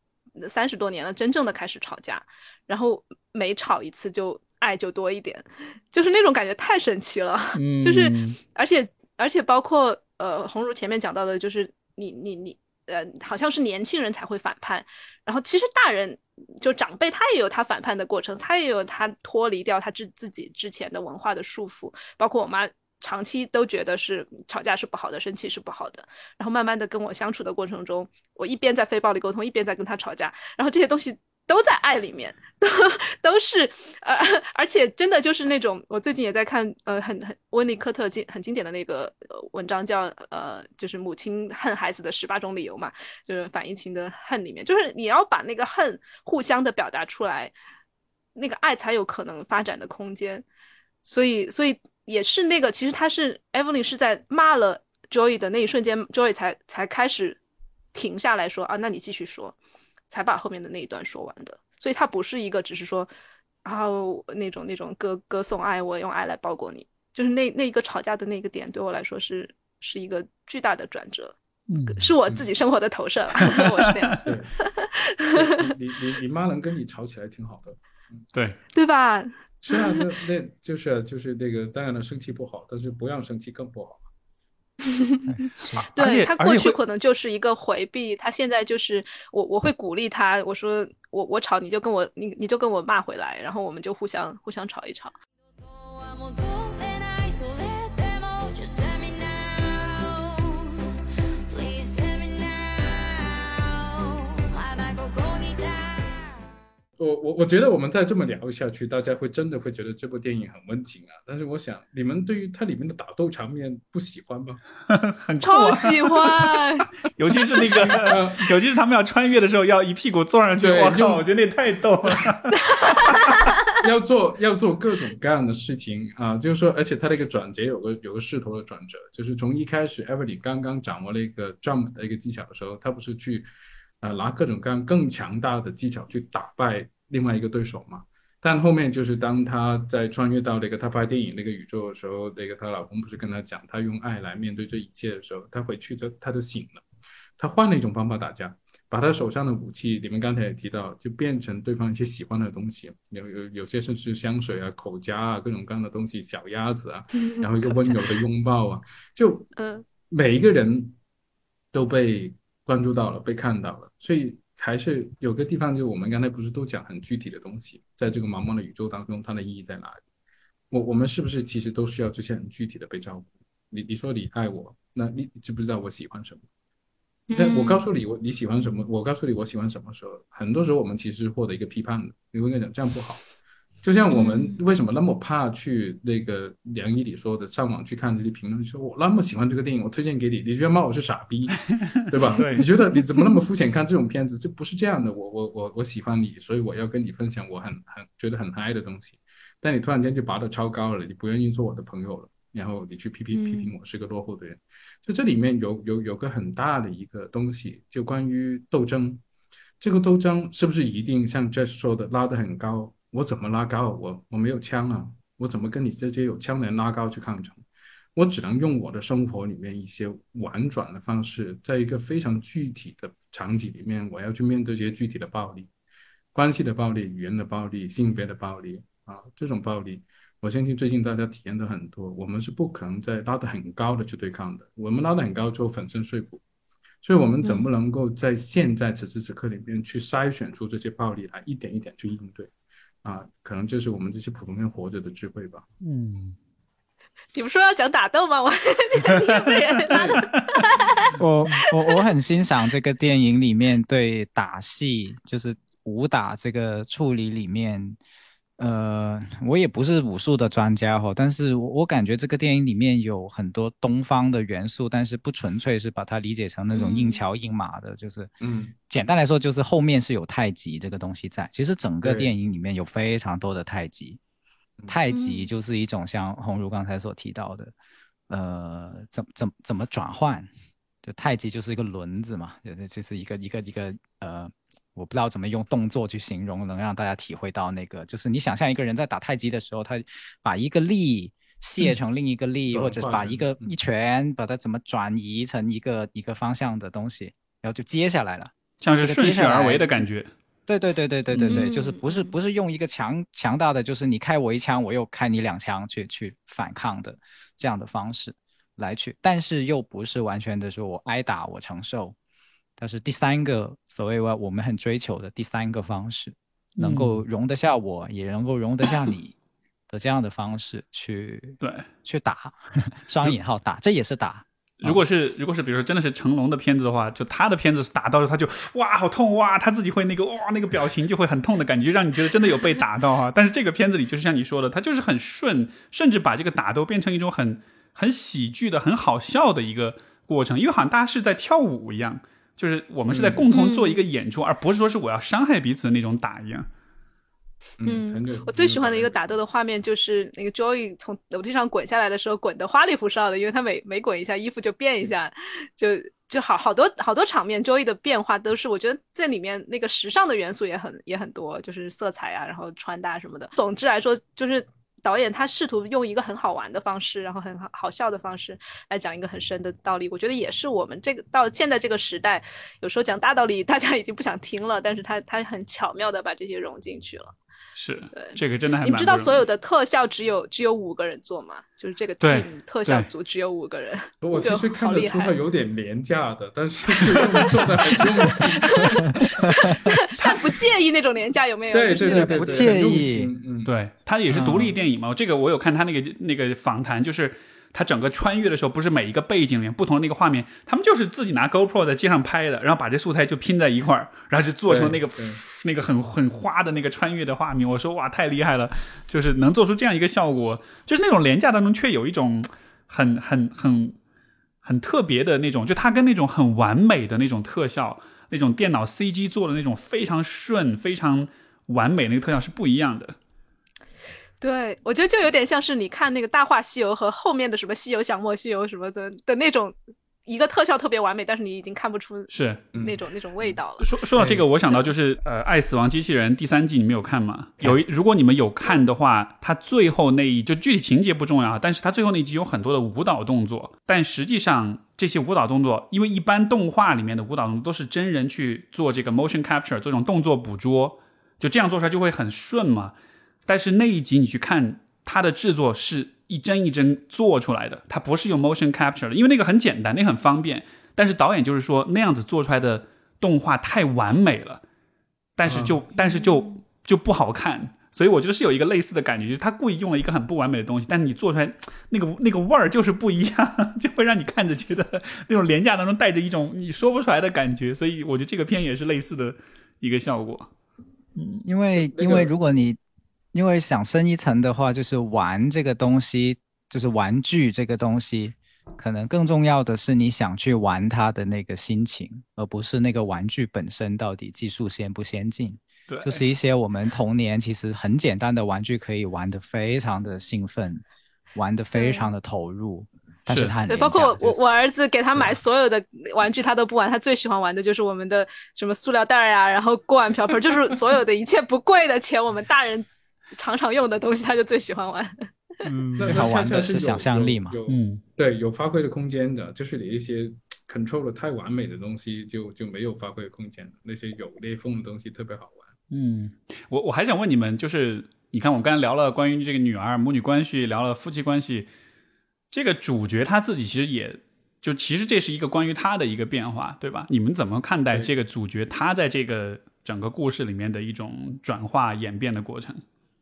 30多年了，真正的开始吵架，然后每吵一次就爱就多一点，就是那种感觉太神奇了。就是而且包括鸿儒前面讲到的，就是你好像是年轻人才会反叛，然后其实大人就长辈他也有他反叛的过程，他也有他脱离掉他自己之前的文化的束缚，包括我妈长期都觉得是吵架是不好的，生气是不好的，然后慢慢的跟我相处的过程中，我一边在非暴力沟通，一边在跟他吵架，然后这些东西都在爱里面，都是而且真的就是那种，我最近也在看很温尼科特很经典的那个文章叫就是母亲恨孩子的18种理由嘛，就是反疫情的恨里面，就是你要把那个恨互相的表达出来，那个爱才有可能发展的空间。所以也是那个，其实他是 Evelyn 是在骂了 Joey 的那一瞬间 ，Joey 才开始停下来说啊，那你继续说，才把后面的那一段说完的。所以他不是一个只是说啊那种歌颂爱，我用爱来包裹你，就是那一个吵架的那个点，对我来说是一个巨大的转折。是我自己生活的投射了，我是那样子。 你妈能跟你吵起来挺好的， 对吧？ 是啊，那就是那个，当然了，生气不好，但是不让生气更不好。 对，他过去可能就是一个回避，他现在就是我会鼓励他，我说我吵你就跟我骂回来，然后我们就互相吵一吵。 我觉得我们再这么聊下去，大家真的会觉得这部电影很温情啊。但是我想，你们对于它里面的打斗场面不喜欢吗？ 超喜欢， 尤其是那个，尤其是他们要穿越的时候，要一屁股坐上去，我靠，我觉得那太逗了。 要做各种各样的事情啊，就是说，而且它那个转折有个势头的转折，就是从一开始 Evelyn 刚刚掌握了一个 jump 的一个技巧的时候，他不是去拿各种各样更强大的技巧去打败另外一个对手嘛？但后面就是当他在穿越到那个他拍电影那个宇宙的时候，那个他老公不是跟他讲，他用爱来面对这一切的时候，他回去他就醒了，他换了一种方法打架，把他手上的武器，你们刚才也提到，就变成对方一些喜欢的东西，有些甚至香水啊、口夹啊、各种各样的东西，小鸭子啊，然后一个温柔的拥抱啊，就每一个人都被关注到了，被看到了，所以还是有个地方，就我们刚才不是都讲很具体的东西，在这个茫茫的宇宙当中，它的意义在哪里？我们是不是其实都需要这些很具体的被照顾？你说你爱我，那你知不知道我喜欢什么？那我告诉你你喜欢什么，我告诉你我喜欢什么时候，很多时候我们其实获得一个批判的，你会跟他讲这样不好， 就像我们为什么那么怕去那个梁一里说的上网去看这些评论，说我那么喜欢这个电影，我推荐给你，你居然骂我是傻逼，对吧？ 对你觉得你怎么那么肤浅看这种片子？这不是这样的，我喜欢你，所以我要跟你分享我很觉得很嗨的东西。但你突然间就拔得超高了，你不愿意做我的朋友了，然后你去批评我是个落后的人，就这里面有个很大的一个东西，就关于斗争。这个斗争是不是一定像 Jess 说的拉得很高？我怎么拉高？我没有枪啊，我怎么跟你这些有枪的人拉高去抗争？我只能用我的生活里面一些婉转的方式，在一个非常具体的场景里面，我要去面对这些具体的暴力，关系的暴力、语言的暴力、性别的暴力啊，这种暴力，我相信最近大家体验的很多，我们是不可能再拉得很高的去对抗的，我们拉得很高之后粉身碎骨。所以我们怎么能够在现在此时此刻里面去筛选出这些暴力来，一点一点去应对啊？可能这是我们这些普通人活着的智慧吧。 你不说要讲打斗吗？你也不是拉的。 我很欣赏这个电影里面对打戏，就是武打这个处理里面，我也不是武术的专家但是我感觉这个电影里面有很多东方的元素，但是不纯粹是把它理解成那种硬桥硬马的，就是简单来说就是后面是有太极这个东西在。其实整个电影里面有非常多的太极，太极就是一种像鸿儒刚才所提到的，怎么转换。就太极就是一个轮子嘛，就是一个我不知道怎么用动作去形容，能让大家体会到那个，就是你想象一个人在打太极的时候，他把一个力卸成另一个力，或者把一拳把它怎么转移成一个方向的东西，然后就接下来了， 像是顺势而为的感觉。 对，就是不是用一个强大的，就是你开我一枪，我又开你两枪去反抗的这样的方式来去，但是又不是完全的说我挨打我承受，但是第三个所谓我们很追求的第三个方式，能够容得下我，也能够容得下你的这样的方式去打，双引号打，这也是打。 如果是比如说真的是成龙的片子的话，就他的片子打到他就哇好痛哇，他自己会那个哇那个表情就会很痛的感觉，让你觉得真的有被打到啊。但是这个片子里就是像你说的，他就是很顺，甚至把这个打斗变成一种很喜剧的、很好笑的一个过程，因为好像大家是在跳舞一样，就是我们是在共同做一个演出，而不是说是我要伤害彼此的那种打一样。 我最喜欢的一个打斗的画面就是那个 Joey 从楼梯上滚下来的时候，滚得花里胡哨的，因为他每滚一下衣服就变一下，就好多场面 Joey 的变化都是我觉得在里面那个时尚的元素也很多，就是色彩啊，然后穿搭什么的。总之来说，就是导演他试图用一个很好玩的方式，然后很好笑的方式来讲一个很深的道理。我觉得也是我们这个到现在这个时代，有时候讲大道理大家已经不想听了，但是他很巧妙的把这些融进去了。 是，这个真的还蛮。 你们知道所有的特效只有5个人做吗？就是这个 team 特效组只有5个人。 我其实看得出他有点廉价的，但是做的很用心。 但不介意那种廉价，有没有？ 对， 不介意。 对，他也是独立电影嘛。这个我有看他那个访谈，就是他整个穿越的时候，不是每一个背景里面不同的那个画面，他们就是自己拿 GoPro 在街上拍的，然后把这素材就拼在一块儿，然后就做成那个很花的那个穿越的画面。我说哇，太厉害了，就是能做出这样一个效果，就是那种廉价当中却有一种很特别的那种，就它跟那种很完美的那种特效，那种电脑 CG 做的那种非常顺、非常完美的那个特效是不一样的。 对，我觉得就有点像是你看那个《大话西游》和后面的什么《西游降魔》《西游》什么的那种，一个特效特别完美，但是你已经看不出是那种味道了。 说到这个，我想到就是爱死亡机器人》第3季，你们有看吗？如果你们有看的话，它最后那一就具体情节不重要，但是它最后那一集有很多的舞蹈动作，但实际上这些舞蹈动作，因为一般动画里面的舞蹈动作都是真人去做这个 motion capture 做这种动作捕捉，就这样做出来就会很顺嘛。但是那一集你去看，它的制作是一帧一帧做出来的，它不是用 motion capture 的，因为那个很简单，那个很方便。但是导演就是说那样子做出来的动画太完美了，但是就不好看。所以我觉得是有一个类似的感觉，就是他故意用了一个很不完美的东西，但是你做出来那个味儿就是不一样，就会让你看着觉得那种廉价当中带着一种你说不出来的感觉。所以我觉得这个片也是类似的一个效果。 因为如果你因为想深一层的话，就是玩这个东西，就是玩具这个东西，可能更重要的是你想去玩它的那个心情，而不是那个玩具本身到底技术先不先进。 对， 就是一些我们童年其实很简单的玩具，可以玩得非常的兴奋，玩得非常的投入。但是它很对， 廉价， 包括就是我儿子给他买所有的玩具，他都不玩，他最喜欢玩的就是我们的什么塑料袋啊，然后锅碗瓢盆，就是所有的一切不贵的钱，我们大人常常用的东西，他就最喜欢玩。 那他玩恰恰是有的是想象力嘛。 对，有发挥的空间的，就是你一些 control 的太完美的东西就没有发挥的空间了，那些有裂缝的东西特别好玩。 我还想问你们，就是你看我们刚才聊了关于这个女儿母女关系，聊了夫妻关系，这个主角他自己其实其实这是一个关于他的一个变化，对吧？你们怎么看待这个主角他在这个整个故事里面的一种转化演变的过程？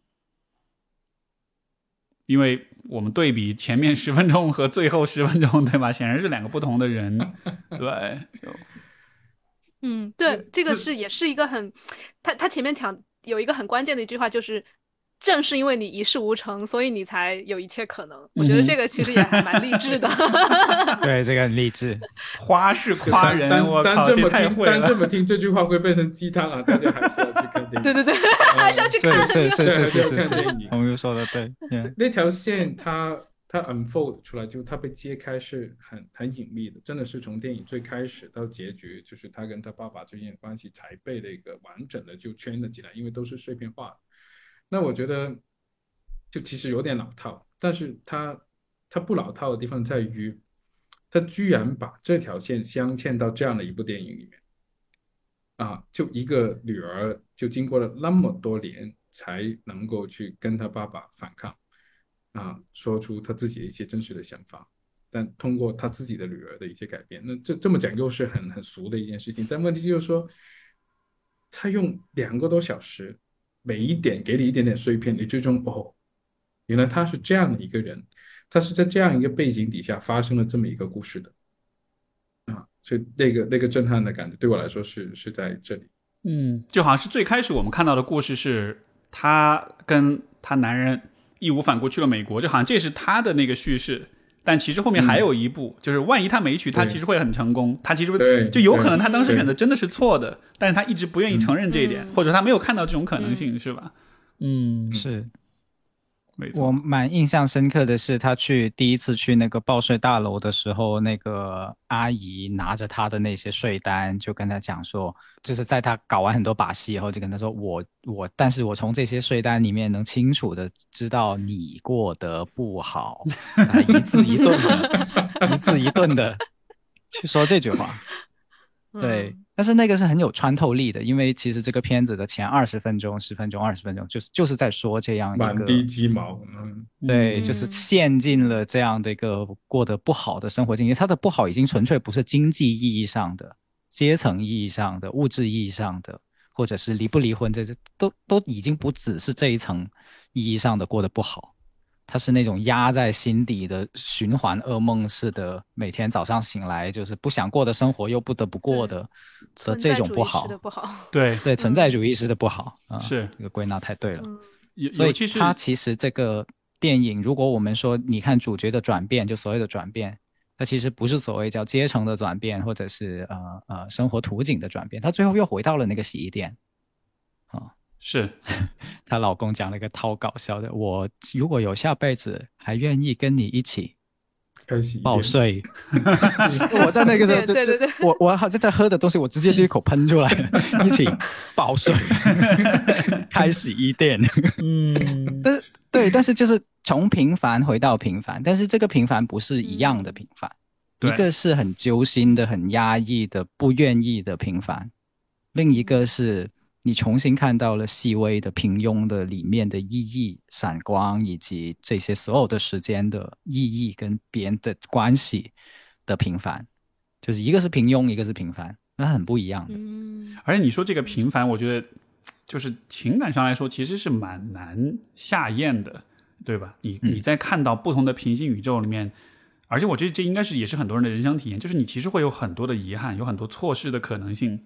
因为我们对比前面10分钟和最后10分钟，对吧？显然是两个不同的人，对。 对，这个也是一个很，他前面有一个很关键的一句话，就是正是因为你一事无成，所以你才有一切可能。我觉得这个其实也还蛮励志的。 对，这个很励志。 花式夸人，我靠，这太会了。 单这么听这句话会变成鸡汤啊！大家还是要去看电影。 对，还是要去看。 是，红牛说的对。 那条线它 unfold 出来，就它被揭开是很隐秘的，真的是从电影最开始到结局，就是他跟他爸爸之间的关系才被那个完整的就圈了起来，因为都是碎片化的。那我觉得就其实有点老套，但是它不老套的地方在于，他居然把这条线镶嵌到这样的一部电影里面啊，就一个女儿就经过了那么多年才能够去跟他爸爸反抗啊，说出他自己的一些真实的想法，但通过他自己的女儿的一些改变，那这么讲又是很俗的一件事情，但问题就是说，他用2个多小时，每一点给你一点点碎片，你最终原来他是这样的一个人，他是在这样一个背景底下发生了这么一个故事的啊，所以那个震撼的感觉对我来说是在这里。 就好像是最开始我们看到的故事是他跟他男人义无反顾去了美国，就好像这是他的那个叙事，但其实后面还有一步，就是万一他没去，他其实会很成功，他其实就有可能他当时选择真的是错的，但是他一直不愿意承认这一点，或者他没有看到这种可能性，是吧？ 是。 没错。 我蛮印象深刻的是，他第一次去那个报税大楼的时候，那个阿姨拿着他的那些税单，就跟他讲说，就是在他搞完很多把戏以后，就跟他说，但是我从这些税单里面能清楚的知道你过得不好，一字一顿的去说这句话。对，但是那个是很有穿透力的，因为其实这个片子的前20分钟、10分钟、20分钟，就是在说这样一个满地鸡毛， 对，就是陷进了这样的一个过得不好的生活境界。他的不好已经纯粹不是经济意义上的、阶层意义上的、物质意义上的，或者是离不离婚，这都已经不只是这一层意义上的过得不好。它是那种压在心底的循环噩梦似的，每天早上醒来就是不想过的生活又不得不过的这种不好。 对， 存在主义式的不好是这个归纳太对了。 所以它其实这个电影，如果我们说你看主角的转变，就所谓的转变，它其实不是所谓叫阶层的转变，或者是生活图景的转变，它最后又回到了那个洗衣店是她老公讲了一个超搞笑的，我如果有下辈子还愿意跟你一起报税。我在那个时候我好像在喝的东西我直接就一口喷出来了。一起报税开洗衣店。但是就是从平凡回到平凡，但是这个平凡不是一样的平凡，一个是很揪心的很压抑的不愿意的平凡，另一个是你重新看到了细微的平庸的里面的意义闪光，以及这些所有的时间的意义跟别人的关系的平凡，就是一个是平庸，一个是平凡，那很不一样的。 而且你说这个平凡，我觉得就是情感上来说其实是蛮难下咽的，对吧？你在看到不同的平行宇宙里面，而且我觉得这应该是也是很多人的人生体验，就是你其实会有很多的遗憾，有很多错失的可能性，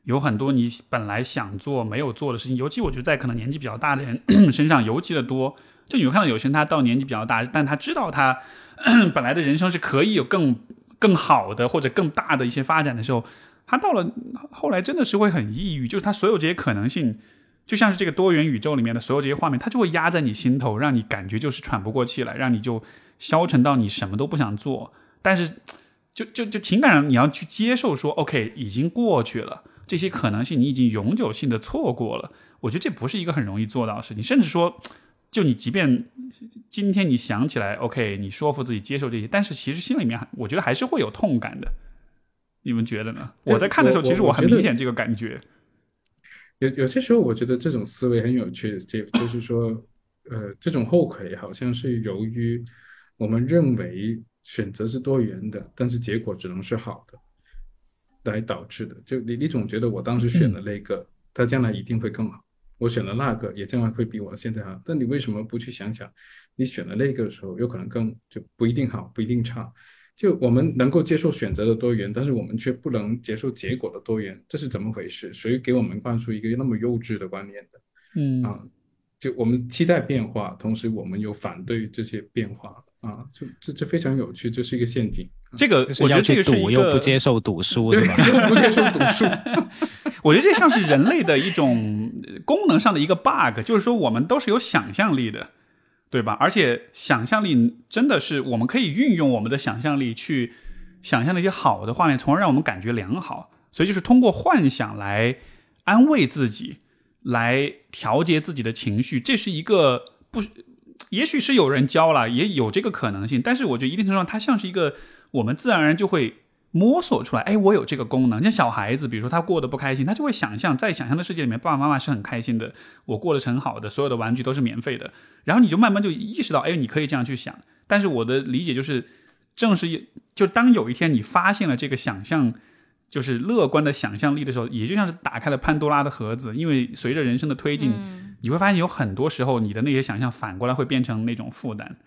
有很多你本来想做没有做的事情，尤其我觉得在可能年纪比较大的人身上尤其的多。就你会看到有些人他到年纪比较大，但他知道他本来的人生是可以有更好的或者更大的一些发展的时候，他到了后来真的是会很抑郁，就是他所有这些可能性，就像是这个多元宇宙里面的所有这些画面，它就会压在你心头，让你感觉就是喘不过气来，让你就消沉到你什么都不想做。但是就情感上你要去接受说 OK 已经过去了，这些可能性你已经永久性的错过了，我觉得这不是一个很容易做到的事情。甚至说就你即便今天你想起来 OK 你说服自己接受这些，但是其实心里面我觉得还是会有痛感的。你们觉得呢？我在看的时候其实我很明显这个感觉。 有些时候我觉得这种思维很有趣 Steve， 就是说这种后悔好像是由于我们认为选择是多元的，但是结果只能是好的来导致的。就你总觉得我当时选了那个，它将来一定会更好，我选了那个也将来会比我现在好，但你为什么不去想想你选了那个的时候有可能就不一定好不一定差。就我们能够接受选择的多元，但是我们却不能接受结果的多元，这是怎么回事？谁给我们灌输一个那么幼稚的观念的？就我们期待变化，同时我们又反对这些变化啊，这非常有趣，这是一个陷阱。 这个我觉得这个是一个又不接受赌输，是吧？ 又不接受赌输。 我觉得这像是人类的一种功能上的一个 bug， 就是说我们都是有想象力的。对吧？而且想象力真的是我们可以运用我们的想象力去想象那些好的画面，从而让我们感觉良好。所以就是通过幻想来安慰自己，来调节自己的情绪。这是一个也许是有人教了，也有这个可能性，但是我觉得一定程度上它像是一个我们自然而然就会摸索出来，哎，我有这个功能。像小孩子，比如说他过得不开心，他就会想象在想象的世界里面，爸爸妈妈是很开心的，我过得很好的，所有的玩具都是免费的。然后你就慢慢就意识到，哎，你可以这样去想。但是我的理解就是，就当有一天你发现了这个想象，就是乐观的想象力的时候，也就像是打开了潘多拉的盒子。因为随着人生的推进，你会发现有很多时候你的那些想象反过来会变成那种负担。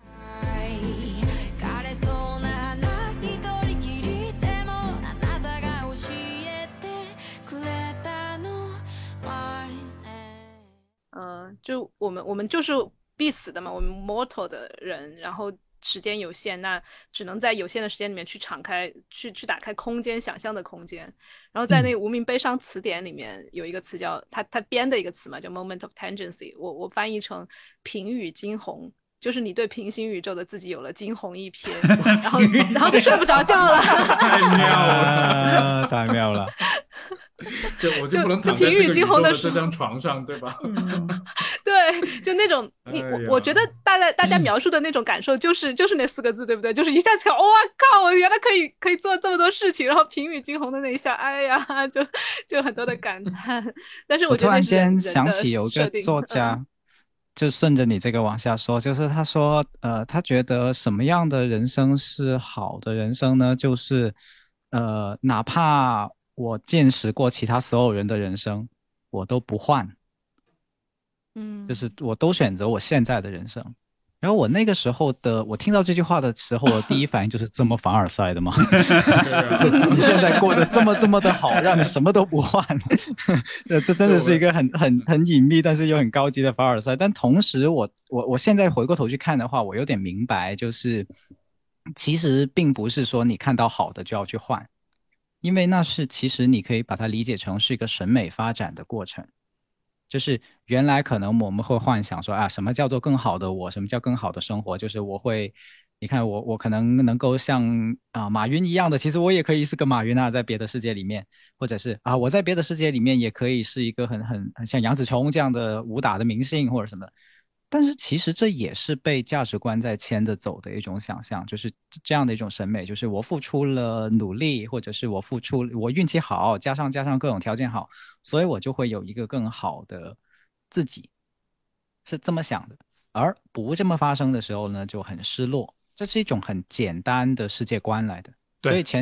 就我们就是必死的嘛，我们 mortal 的人，然后时间有限，那只能在有限的时间里面去敞开，去打开空间，想象的空间。然后在那个无名悲伤词典里面有一个词叫他编的一个词嘛，叫 moment of tangency， 我翻译成平宇惊鸿，就是你对平行宇宙的自己有了惊鸿一瞥，然后就睡不着觉了。 太妙了， 太妙了。 我就不能躺在这个宇宙的这张床上，对吧？ 对，就那种我觉得大家描述的那种感受就是那4个字，对不对？就是一下子看，哇靠，我原来可以做这么多事情，然后平宇惊鸿的那一下，哎呀，就很多的感叹。但是我觉得突然间想起有个作家，就顺着你这个往下说，就是他说，他觉得什么样的人生是好的人生呢？就是哪怕我见识过其他所有人的人生，我都不换。就是我都选择我现在的人生。然后我那个时候我听到这句话的时候，我第一反应就是这么凡尔赛的吗？就是你现在过得这么的好，让你什么都不换。这真的是一个很隐秘但是又很高级的凡尔赛。但同时我现在回过头去看的话，我有点明白，就是其实并不是说你看到好的就要去换，因为那是其实你可以把它理解成是一个审美发展的过程。就是原来可能我们会幻想说啊，什么叫做更好的我，什么叫更好的生活，就是你看我可能能够像马云一样的，其实我也可以是个马云啊，在别的世界里面，或者是我在别的世界里面也可以是一个很像杨紫琼这样的武打的明星或者什么的。但是其实这也是被价值观在牵着走的一种想象，就是这样的一种审美，就是我付出了努力，或者是我运气好，加上各种条件好，所以我就会有一个更好的自己，是这么想的。而不这么发生的时候呢，就很失落。这是一种很简单的世界观来的。所以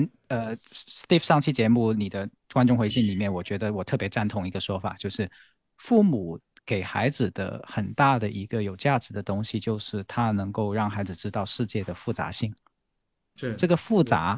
Steve 上期节目你的观众回信里面，我觉得我特别赞同一个说法，就是父母给孩子的很大的一个有价值的东西，就是他能够让孩子知道世界的复杂性。这个复杂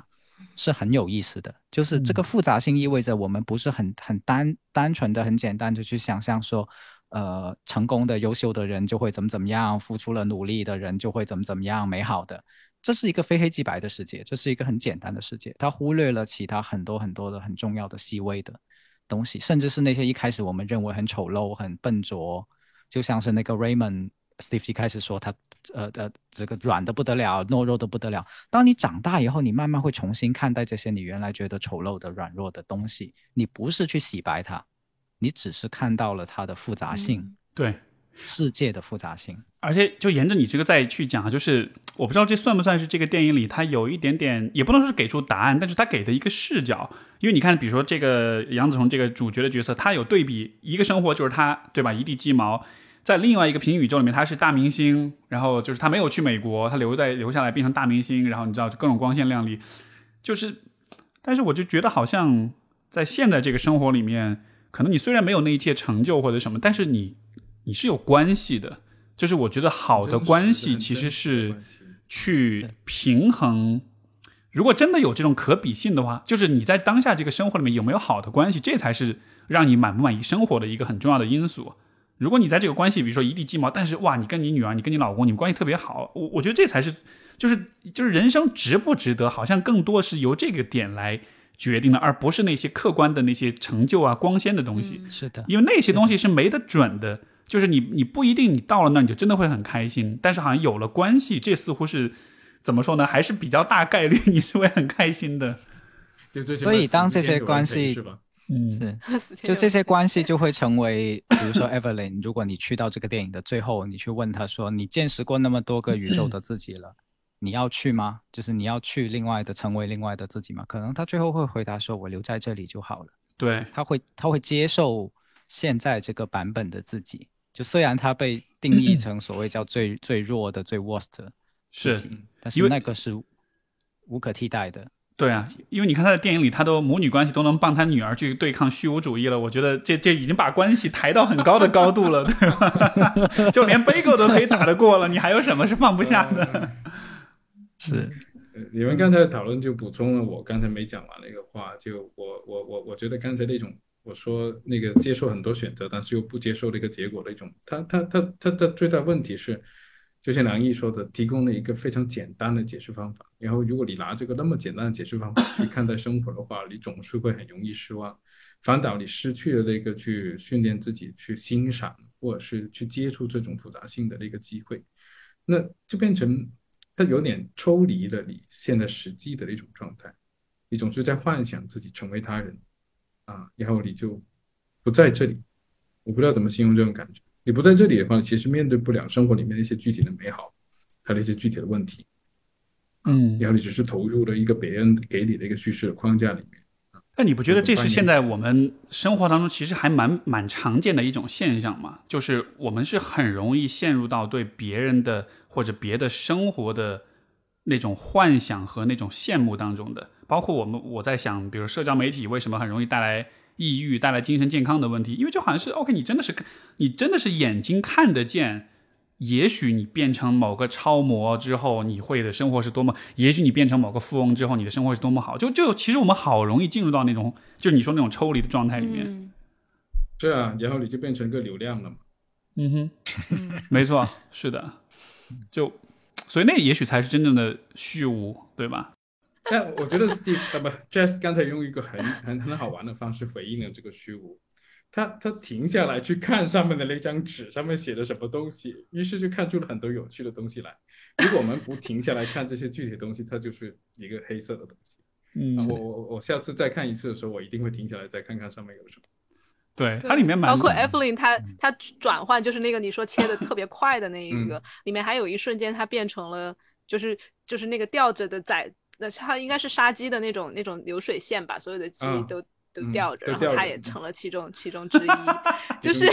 是很有意思的。就是这个复杂性意味着我们不是很单纯的、很简单的去想象说，成功的、优秀的人就会怎么样，付出了努力的人就会怎么样，美好的。这是一个非黑即白的世界，这是一个很简单的世界，它忽略了其他很多很多的很重要的细微的东西，甚至是那些一开始我们认为很丑陋、很笨拙，就像是那个 Raymond。Steve 一开始说他这个软的不得了，懦弱的不得了。当你长大以后，你慢慢会重新看待这些你原来觉得丑陋的、软弱的东西。你不是去洗白它，你只是看到了它的复杂性， 对， 世界的复杂性。 而且就沿着你这个再去讲，就是我不知道这算不算是这个电影里它有一点点，也不能说是给出答案，但是它给的一个视角。因为你看，比如说这个杨紫琼这个主角的角色，他有对比，一个生活就是他，对吧，一地鸡毛。在另外一个平行宇宙里面，他是大明星，然后就是他没有去美国，他留下来变成大明星，然后你知道各种光鲜亮丽，就是，但是我就觉得好像在现在这个生活里面，可能你虽然没有那一切成就或者什么，但是你是有关系的，就是我觉得好的关系其实是去平衡。如果真的有这种可比性的话，就是你在当下这个生活里面有没有好的关系，这才是让你满不满意生活的一个很重要的因素。如果你在这个关系，比如说一地鸡毛，但是哇，你跟你女儿、你跟你老公，你们关系特别好，我觉得这才是，就是人生值不值得，好像更多是由这个点来决定的，而不是那些客观的那些成就啊、光鲜的东西。 是的， 因为那些东西是没得准的，就是你不一定你到了那儿你就真的会很开心，但是好像有了关系，这似乎是怎么说呢？还是比较大概率你是会很开心的。 所以当这些关系是吧？ 是，就这些关系就会成为，比如说 Evelyn， 如果你去到这个电影的最后，你去问他说，你见识过那么多个宇宙的自己了，你要去吗？就是你要去成为另外的自己吗？可能他最后会回答说，我留在这里就好了。 对， 他会接受现在这个版本的自己，就虽然他被定义成所谓叫最弱的、最 worst 的自己，但是那个是无可替代的。 对啊，因为你看他的电影里，他都母女关系都能帮他女儿去对抗虚无主义了，我觉得这已经把关系抬到很高的高度了，对吧？就连 Bagel 都可以打得过了，你还有什么是放不下的？ 是， 你们刚才的讨论就补充了我刚才没讲完那个话，就我觉得刚才那种我说那个接受很多选择，但是又不接受那个结果的一种，他的最大问题是。就像梁毅说的，提供了一个非常简单的解释方法。然后，如果你拿这个那么简单的解释方法去看待生活的话，你总是会很容易失望。反倒你失去了那个去训练自己去欣赏，或者是去接触这种复杂性的那个机会，那就变成它有点抽离了你现在实际的那种状态。你总是在幻想自己成为他人啊，然后你就不在这里。我不知道怎么形容这种感觉。你不在这里的话，其实面对不了生活里面一些具体的美好，还有一些具体的问题，然后你只是投入了一个别人给你的一个叙事的框架里面。 但你不觉得这是现在我们生活当中其实还蛮常见的一种现象吗？就是我们是很容易陷入到对别人的或者别的生活的那种幻想和那种羡慕当中的。包括我在想，比如社交媒体为什么很容易带来抑郁、带来精神健康的问题，因为就好像是 OK， 你真的是眼睛看得见，也许你变成某个超模之后，你会的生活是多么；也许你变成某个富翁之后，你的生活是多么好。就其实我们好容易进入到那种，就是你说那种抽离的状态里面。 是啊，然后你就变成一个流量了嘛。 没错，是的。所以那也许才是真正的虚无，对吧？ 但我觉得 Jess 刚才用一个很好玩的方式回应了这个虚无。他停下来去看上面的那张纸，上面写的什么东西，于是就看出了很多有趣的东西来。如果我们不停下来看这些具体的东西，它就是一个黑色的东西。我下次再看一次的时候，我一定会停下来再看看上面有什么。 对，它里面包括 Evelyn 他转换，就是那个你说切的特别快的那一个，里面还有一瞬间他变成了就是那个吊着的它应该是杀鸡的那种流水线，把所有的鸡都吊着，然后他也成了其中之一，就是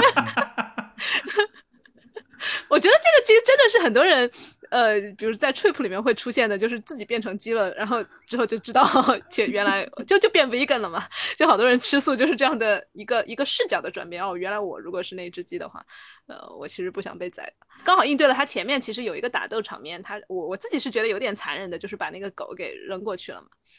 我觉得这个其实真的是很多人比如在 Trip 里面会出现的，就是自己变成鸡了，然后之后就知道且原来就变 vegan 了嘛，就好多人吃素就是这样的一个视角的转变。原来我如果是那只鸡的话，我其实不想被宰的。刚好应对了他前面其实有一个打斗场面，我自己是觉得有点残忍的，就是把那个狗给扔过去了嘛。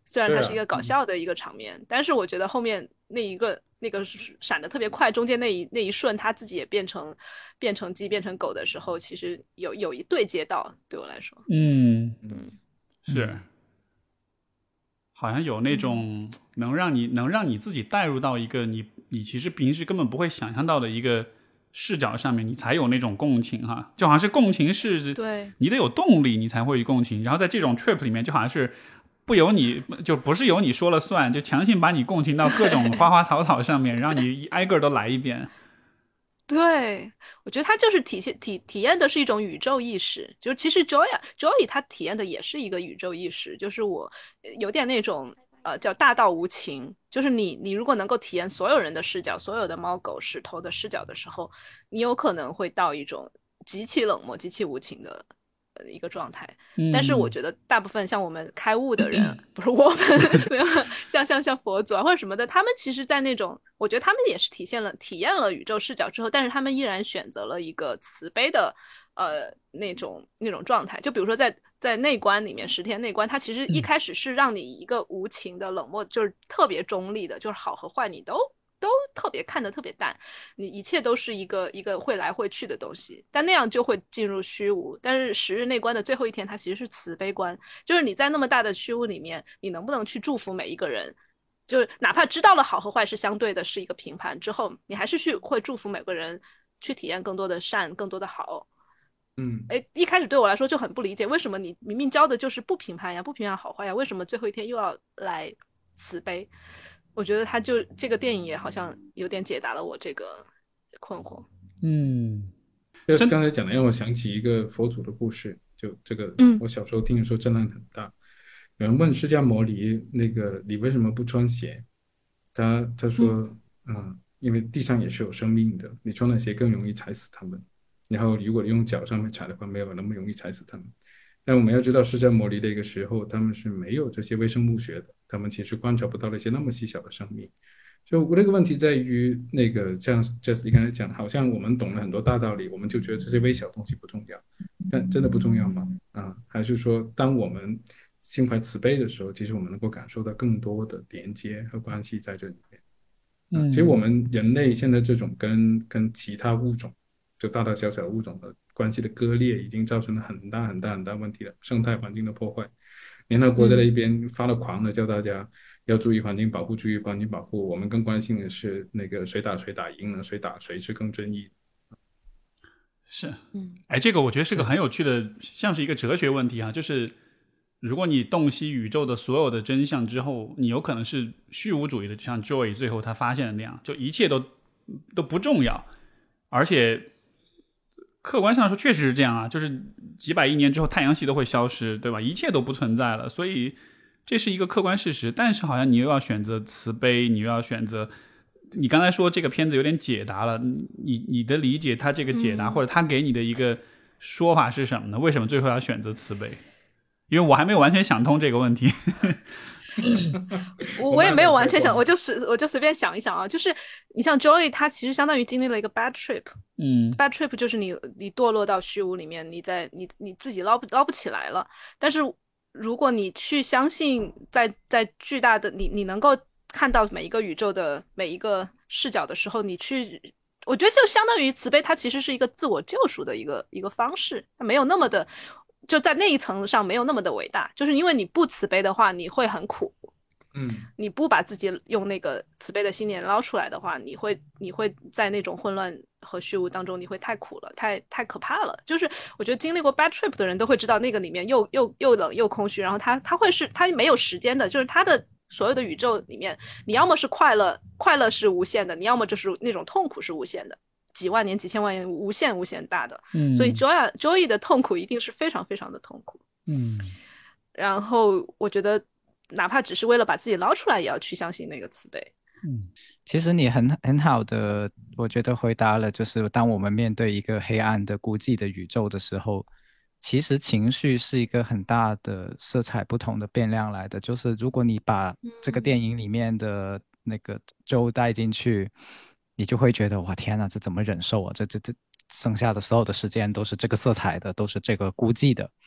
虽然它是一对啊个搞笑的一个场面，但是我觉得后面那个闪的特别快，中间那一瞬，他自己也变成鸡变成狗的时候，其实有一对接到，对我来说， 嗯， 嗯， 是，好像有那种能让你自己带入到一个你其实平时根本不会想象到的一个视角上面，你才有那种共情哈，就好像是共情是， 对， 你得有动力你才会共情，然后在这种 trip 里面就好像是不是由你说了算，就强行把你共情到各种花花草草上面，让你挨个都来一遍。 对，我觉得他就是体验的是一种宇宙意识，就是其实 Joy 他体验的也是一个宇宙意识，就是我有点那种叫大道无情，就是你如果能够体验所有人的视角，所有的猫狗石头的视角的时候，你有可能会到一种极其冷漠、极其无情的一个状态。但是我觉得大部分像我们开悟的人，不是我们，像佛祖啊或者什么的，他们其实，在那种，我觉得他们也是体验了宇宙视角之后，但是他们依然选择了一个慈悲的那种状态。就比如说在内观里面，10天内观，它其实一开始是让你一个无情的、冷漠，就是特别中立的，就是好和坏你都特别看得特别淡，你一切都是一个会来会去的东西，但那样就会进入虚无。但是10日内观的最后一天，它其实是慈悲观，就是你在那么大的虚无里面，你能不能去祝福每一个人？就是哪怕知道了好和坏是相对的，是一个评判之后，你还是会祝福每个人去体验更多的善，更多的好。哎，一开始对我来说就很不理解，为什么你明明教的就是不评判呀，不评判好坏呀，为什么最后一天又要来慈悲？我觉得他就这个电影也好像有点解答了我这个困惑。 就是刚才讲的，让我想起一个佛祖的故事。就这个，我小时候听的时候震撼很大。有人问释迦牟尼，那个你为什么不穿鞋？他说，因为地上也是有生命的，你穿了鞋更容易踩死他们。然后如果你用脚上面踩的话，没有那么容易踩死他们。但我们要知道，释迦牟尼那个时候他们是没有这些微生物学的，他们其实观察不到那些那么细小的生命。就那个问题在于，那个像 Jesse 刚才讲，好像我们懂了很多大道理，我们就觉得这些微小东西不重要，但真的不重要吗？还是说，当我们心怀慈悲的时候，其实我们能够感受到更多的连接和关系在这里面。其实我们人类现在这种跟其他物种，就大大小小的物种的关系的割裂，已经造成了很大很大很大问题了，生态环境的破坏。联合国在那一边发了狂的，叫大家要注意环境保护，注意环境保护。我们更关心的是那个谁打谁打赢了，谁打谁是更正义。 是，这个我觉得是个很有趣的，像是一个哲学问题啊，就是如果你洞悉宇宙的所有的真相之后，你有可能是虚无主义的，就像 Joy 最后他发现的那样，就一切都不重要，而且客观上说确实是这样啊，就是几百亿年之后太阳系都会消失，对吧？一切都不存在了，所以这是一个客观事实。但是好像你又要选择慈悲，你又要选择，你刚才说这个片子有点解答了，你的理解，他这个解答或者他给你的一个说法是什么呢？为什么最后要选择慈悲？因为我还没有完全想通这个问题。 我也没有完全想，我就随便想一想啊，就是你像 Joy， 他其实相当于经历了一个 bad trip，bad trip 就是你堕落到虚无里面，你自己捞不起来了。但是如果你去相信在巨大的你能够看到每一个宇宙的每一个视角的时候，我觉得就相当于慈悲，它其实是一个自我救赎的一个方式，它没有那么的。就在那一层上没有那么的伟大，就是因为你不慈悲的话，你会很苦。你不把自己用那个慈悲的信念捞出来的话，你会在那种混乱和虚无当中，你会太苦了，太可怕了。就是我觉得经历过 bad trip 的人都会知道，那个里面又冷又空虚，然后他没有时间的，就是他的所有的宇宙里面，你要么是快乐是无限的，你要么就是那种痛苦是无限的。几万年、几千万年，无限大的，所以 Joy 的痛苦一定是非常非常的痛苦。然后我觉得，哪怕只是为了把自己捞出来，也要去相信那个慈悲。 其实你很好的，我觉得回答了，就是当我们面对一个黑暗的孤寂的宇宙的时候，其实情绪是一个很大的色彩不同的变量来的。就是如果你把这个电影里面的那个Joe带进去。你就会觉得哇天哪，这怎么忍受啊？这剩下的所有的时间都是这个色彩的，都是这个孤寂的。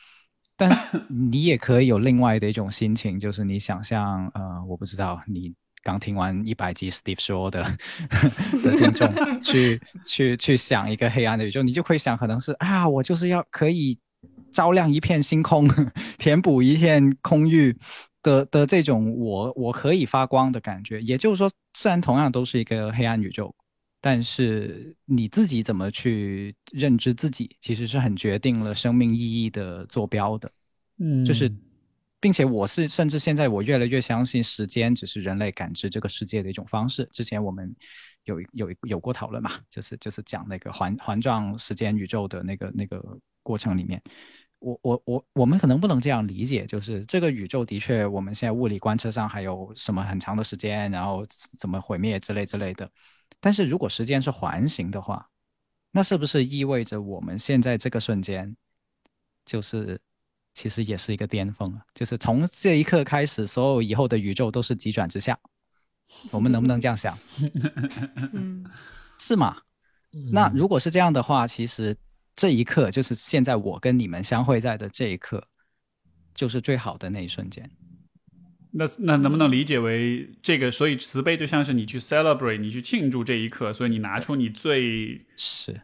但你也可以有另外的一种心情，就是你想象，我不知道你刚听完100集 Steve 说的的听众去想一个黑暗的宇宙，你就会想，可能是啊，我就是要可以照亮一片星空，填补一片空域的这种我可以发光的感觉。也就是说，虽然同样都是一个黑暗宇宙，但是你自己怎么去认知自己，其实是很决定了生命意义的坐标的。就是，并且甚至现在我越来越相信，时间只是人类感知这个世界的一种方式。之前我们有过讨论嘛，就是讲那个环状时间宇宙的那个过程里面，我们可能不能这样理解，就是这个宇宙的确我们现在物理观测上还有什么很长的时间，然后怎么毁灭之类的。但是如果时间是环形的话，那是不是意味着我们现在这个瞬间，就是其实也是一个巅峰啊？就是从这一刻开始，所有以后的宇宙都是急转直下。我们能不能这样想？是吗？那如果是这样的话，其实这一刻就是现在我跟你们相会在的这一刻，就是最好的那一瞬间。 那能不能理解为这个？所以慈悲就像是你去 celebrate， 你去庆祝这一刻，所以你拿出你最是，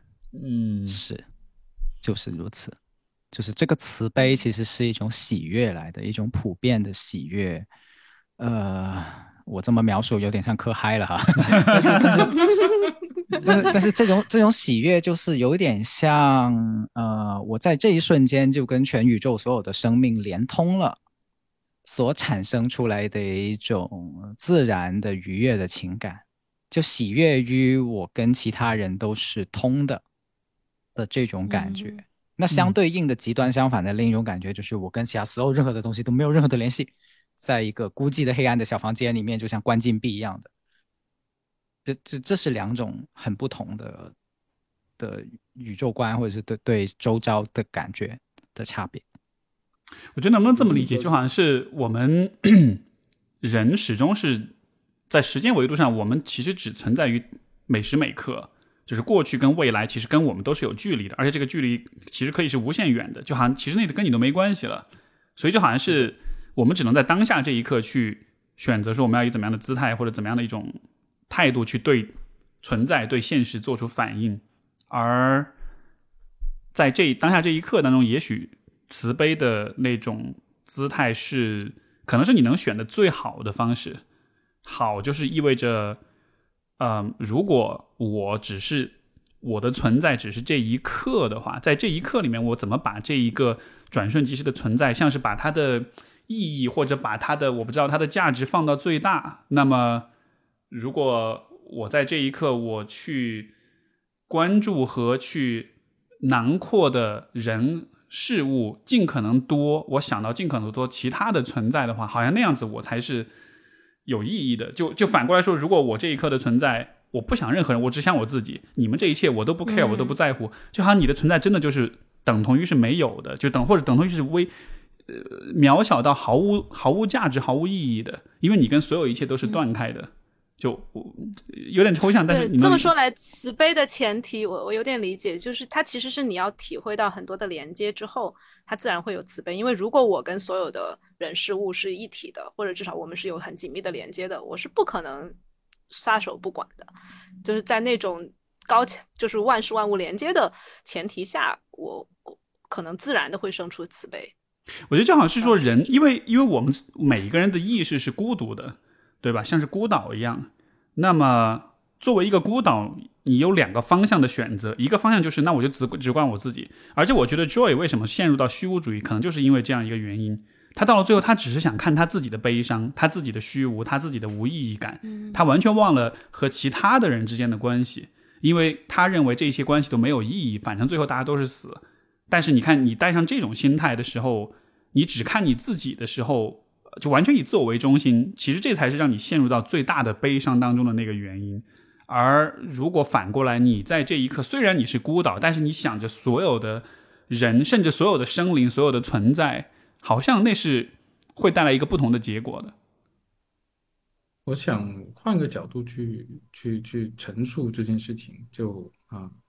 就是如此。就是这个慈悲其实是一种喜悦来的，一种普遍的喜悦。我这么描述有点像嗑嗨了哈，但是这种喜悦就是有点像我在这一瞬间就跟全宇宙所有的生命连通了，所产生出来的一种自然的愉悦的情感，就喜悦于我跟其他人都是通的这种感觉。那相对应的极端相反的另一种感觉就是我跟其他所有任何的东西都没有任何的联系，在一个孤寂的黑暗的小房间里面，就像关禁闭一样的。这是两种很不同的宇宙观，或者是对周遭的感觉的差别。 我觉得能不能这么理解，就好像是我们人始终是在时间维度上，我们其实只存在于每时每刻，就是过去跟未来其实跟我们都是有距离的，而且这个距离其实可以是无限远的，就好像其实那个跟你都没关系了。所以就好像是我们只能在当下这一刻去选择说我们要以怎么样的姿态或者怎么样的一种态度去对存在对现实做出反应，而在当下这一刻当中，也许慈悲的那种姿态是可能是你能选的最好的方式。好就是意味着如果我的存在只是这一刻的话，在这一刻里面我怎么把这一个转瞬即逝的存在，像是把它的意义或者把它的我不知道它的价值放到最大，那么如果我在这一刻我去关注和去囊括的人事物尽可能多，我想到尽可能多其他的存在的话，好像那样子我才是有意义的。就反过来说，如果我这一刻的存在我不想任何人，我只想我自己，你们这一切我都不 care，我都不在乎，就好像你的存在真的就是等同于是没有的，或者等同于是渺小到毫无价值毫无意义的，因为你跟所有一切都是断开的。就有点抽象，但是你们这么说来，慈悲的前提我有点理解，就是它其实是你要体会到很多的连接之后，它自然会有慈悲。因为如果我跟所有的人事物是一体的，或者至少我们是有很紧密的连接的，我是不可能撒手不管的。就是在那种就是万事万物连接的前提下，我可能自然的会生出慈悲。 我觉得这好像是说人，因为我们每一个人的意识是孤独的，对吧？像是孤岛一样。那么作为一个孤岛，你有两个方向的选择，一个方向就是那我就只管我自己。而且我觉得 Joy 为什么陷入到虚无主义，可能就是因为这样一个原因。他到了最后，他只是想看他自己的悲伤，他自己的虚无，他自己的无意义感，他完全忘了和其他的人之间的关系，因为他认为这些关系都没有意义，反正最后大家都是死。但是你看，你带上这种心态的时候，你只看你自己的时候，就完全以自我为中心，其实这才是让你陷入到最大的悲伤当中的那个原因。而如果反过来，你在这一刻虽然你是孤岛，但是你想着所有的人，甚至所有的生灵，所有的存在，好像那是会带来一个不同的结果的。 我想换个角度去陈述这件事情，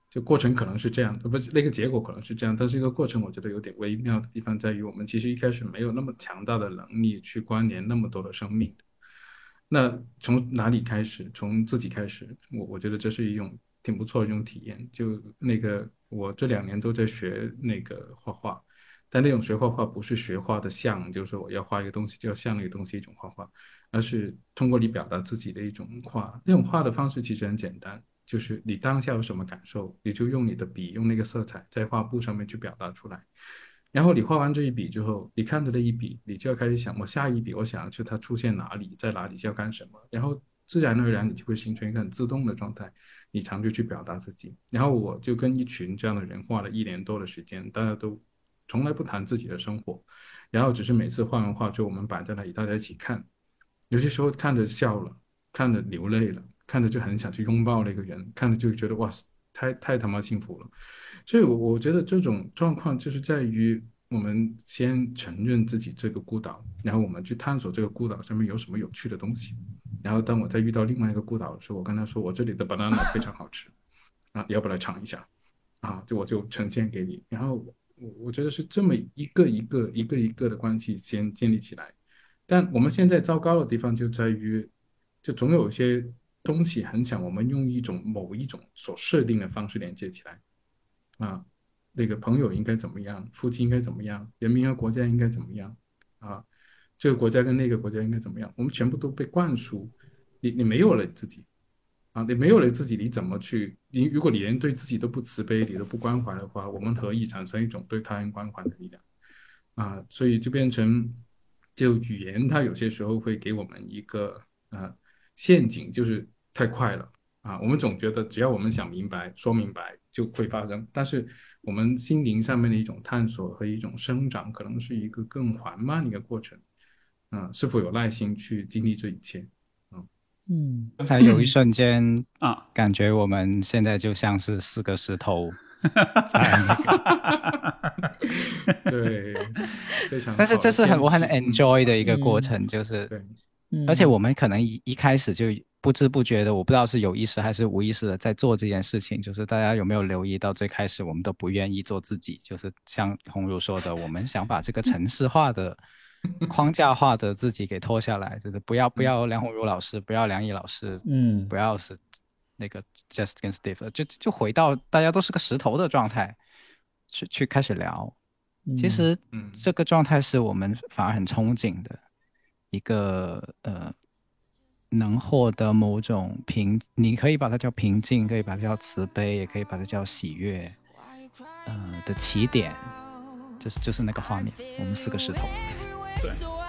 就过程可能是这样，不是那个结果可能是这样，但是一个过程我觉得有点微妙的地方在于，我们其实一开始没有那么强大的能力去关联那么多的生命。那从哪里开始？从自己开始，我觉得这是一种挺不错的一种体验。就那个我这2年都在学那个画画，但那种学画画不是学画的像，就是说我要画一个东西就要像那个东西一种画画，而是通过你表达自己的一种画。那种画的方式其实很简单，就是你当下有什么感受，你就用你的笔，用那个色彩在画布上面去表达出来。然后你画完这一笔之后，你看着那一笔，你就要开始想，我下一笔我想要去它出现哪里，在哪里要干什么，然后自然而然你就会形成一个很自动的状态，你常就去表达自己。然后我就跟一群这样的人画了1年多的时间，大家都从来不谈自己的生活，然后只是每次画完画之后，我们摆在那里，大家一起看，有些时候看着笑了，看着流泪了，看着就很想去拥抱那个人，看着就觉得哇塞，太他妈幸福了。所以我觉得这种状况就是在于我们先承认自己这个孤岛，然后我们去探索这个孤岛上面有什么有趣的东西。然后当我再遇到另外一个孤岛的时候，我跟他说我这里的 banana 非常好吃啊，要不来尝一下啊？我就呈现给你。然后我觉得是这么一个一个的关系先建立起来。但我们现在糟糕的地方就在于，就总有一些东西很想我们用某一种所设定的方式连接起来啊，那个朋友应该怎么样，夫妻应该怎么样，人民和国家应该怎么样啊，这个国家跟那个国家应该怎么样，我们全部都被灌输，你没有了自己啊，你没有了自己，你怎么去？如果你连对自己都不慈悲，你都不关怀的话，我们何以产生一种对他人关怀的力量啊？所以就变成，就语言它有些时候会给我们一个陷阱，就是太快了啊。我们总觉得只要我们想明白、说明白就会发生，但是我们心灵上面的一种探索和一种生长，可能是一个更缓慢的一个过程。是否有耐心去经历这一切？ 刚才有一瞬间啊， 感觉我们现在就像是4个石头在那个对，非常好。 但是这是我很 enjoy 的一个过程， 对， 就是而且我们可能一开始就不知不觉的，我不知道是有意识还是无意识的在做这件事情。就是大家有没有留意到，最开始我们都不愿意做自己，就是像鸿儒说的，我们想把这个程式化的框架化的自己给脱下来，就是不要梁鸿儒老师，不要梁毅老师，不要是那个 Just 跟 Steve， 就回到大家都是个石头的状态去开始聊。其实这个状态是我们反而很憧憬的一个能获得某种你可以把它叫平静，可以把它叫慈悲，也可以把它叫喜悦的起点，就是那个画面，我们4个石头。 对。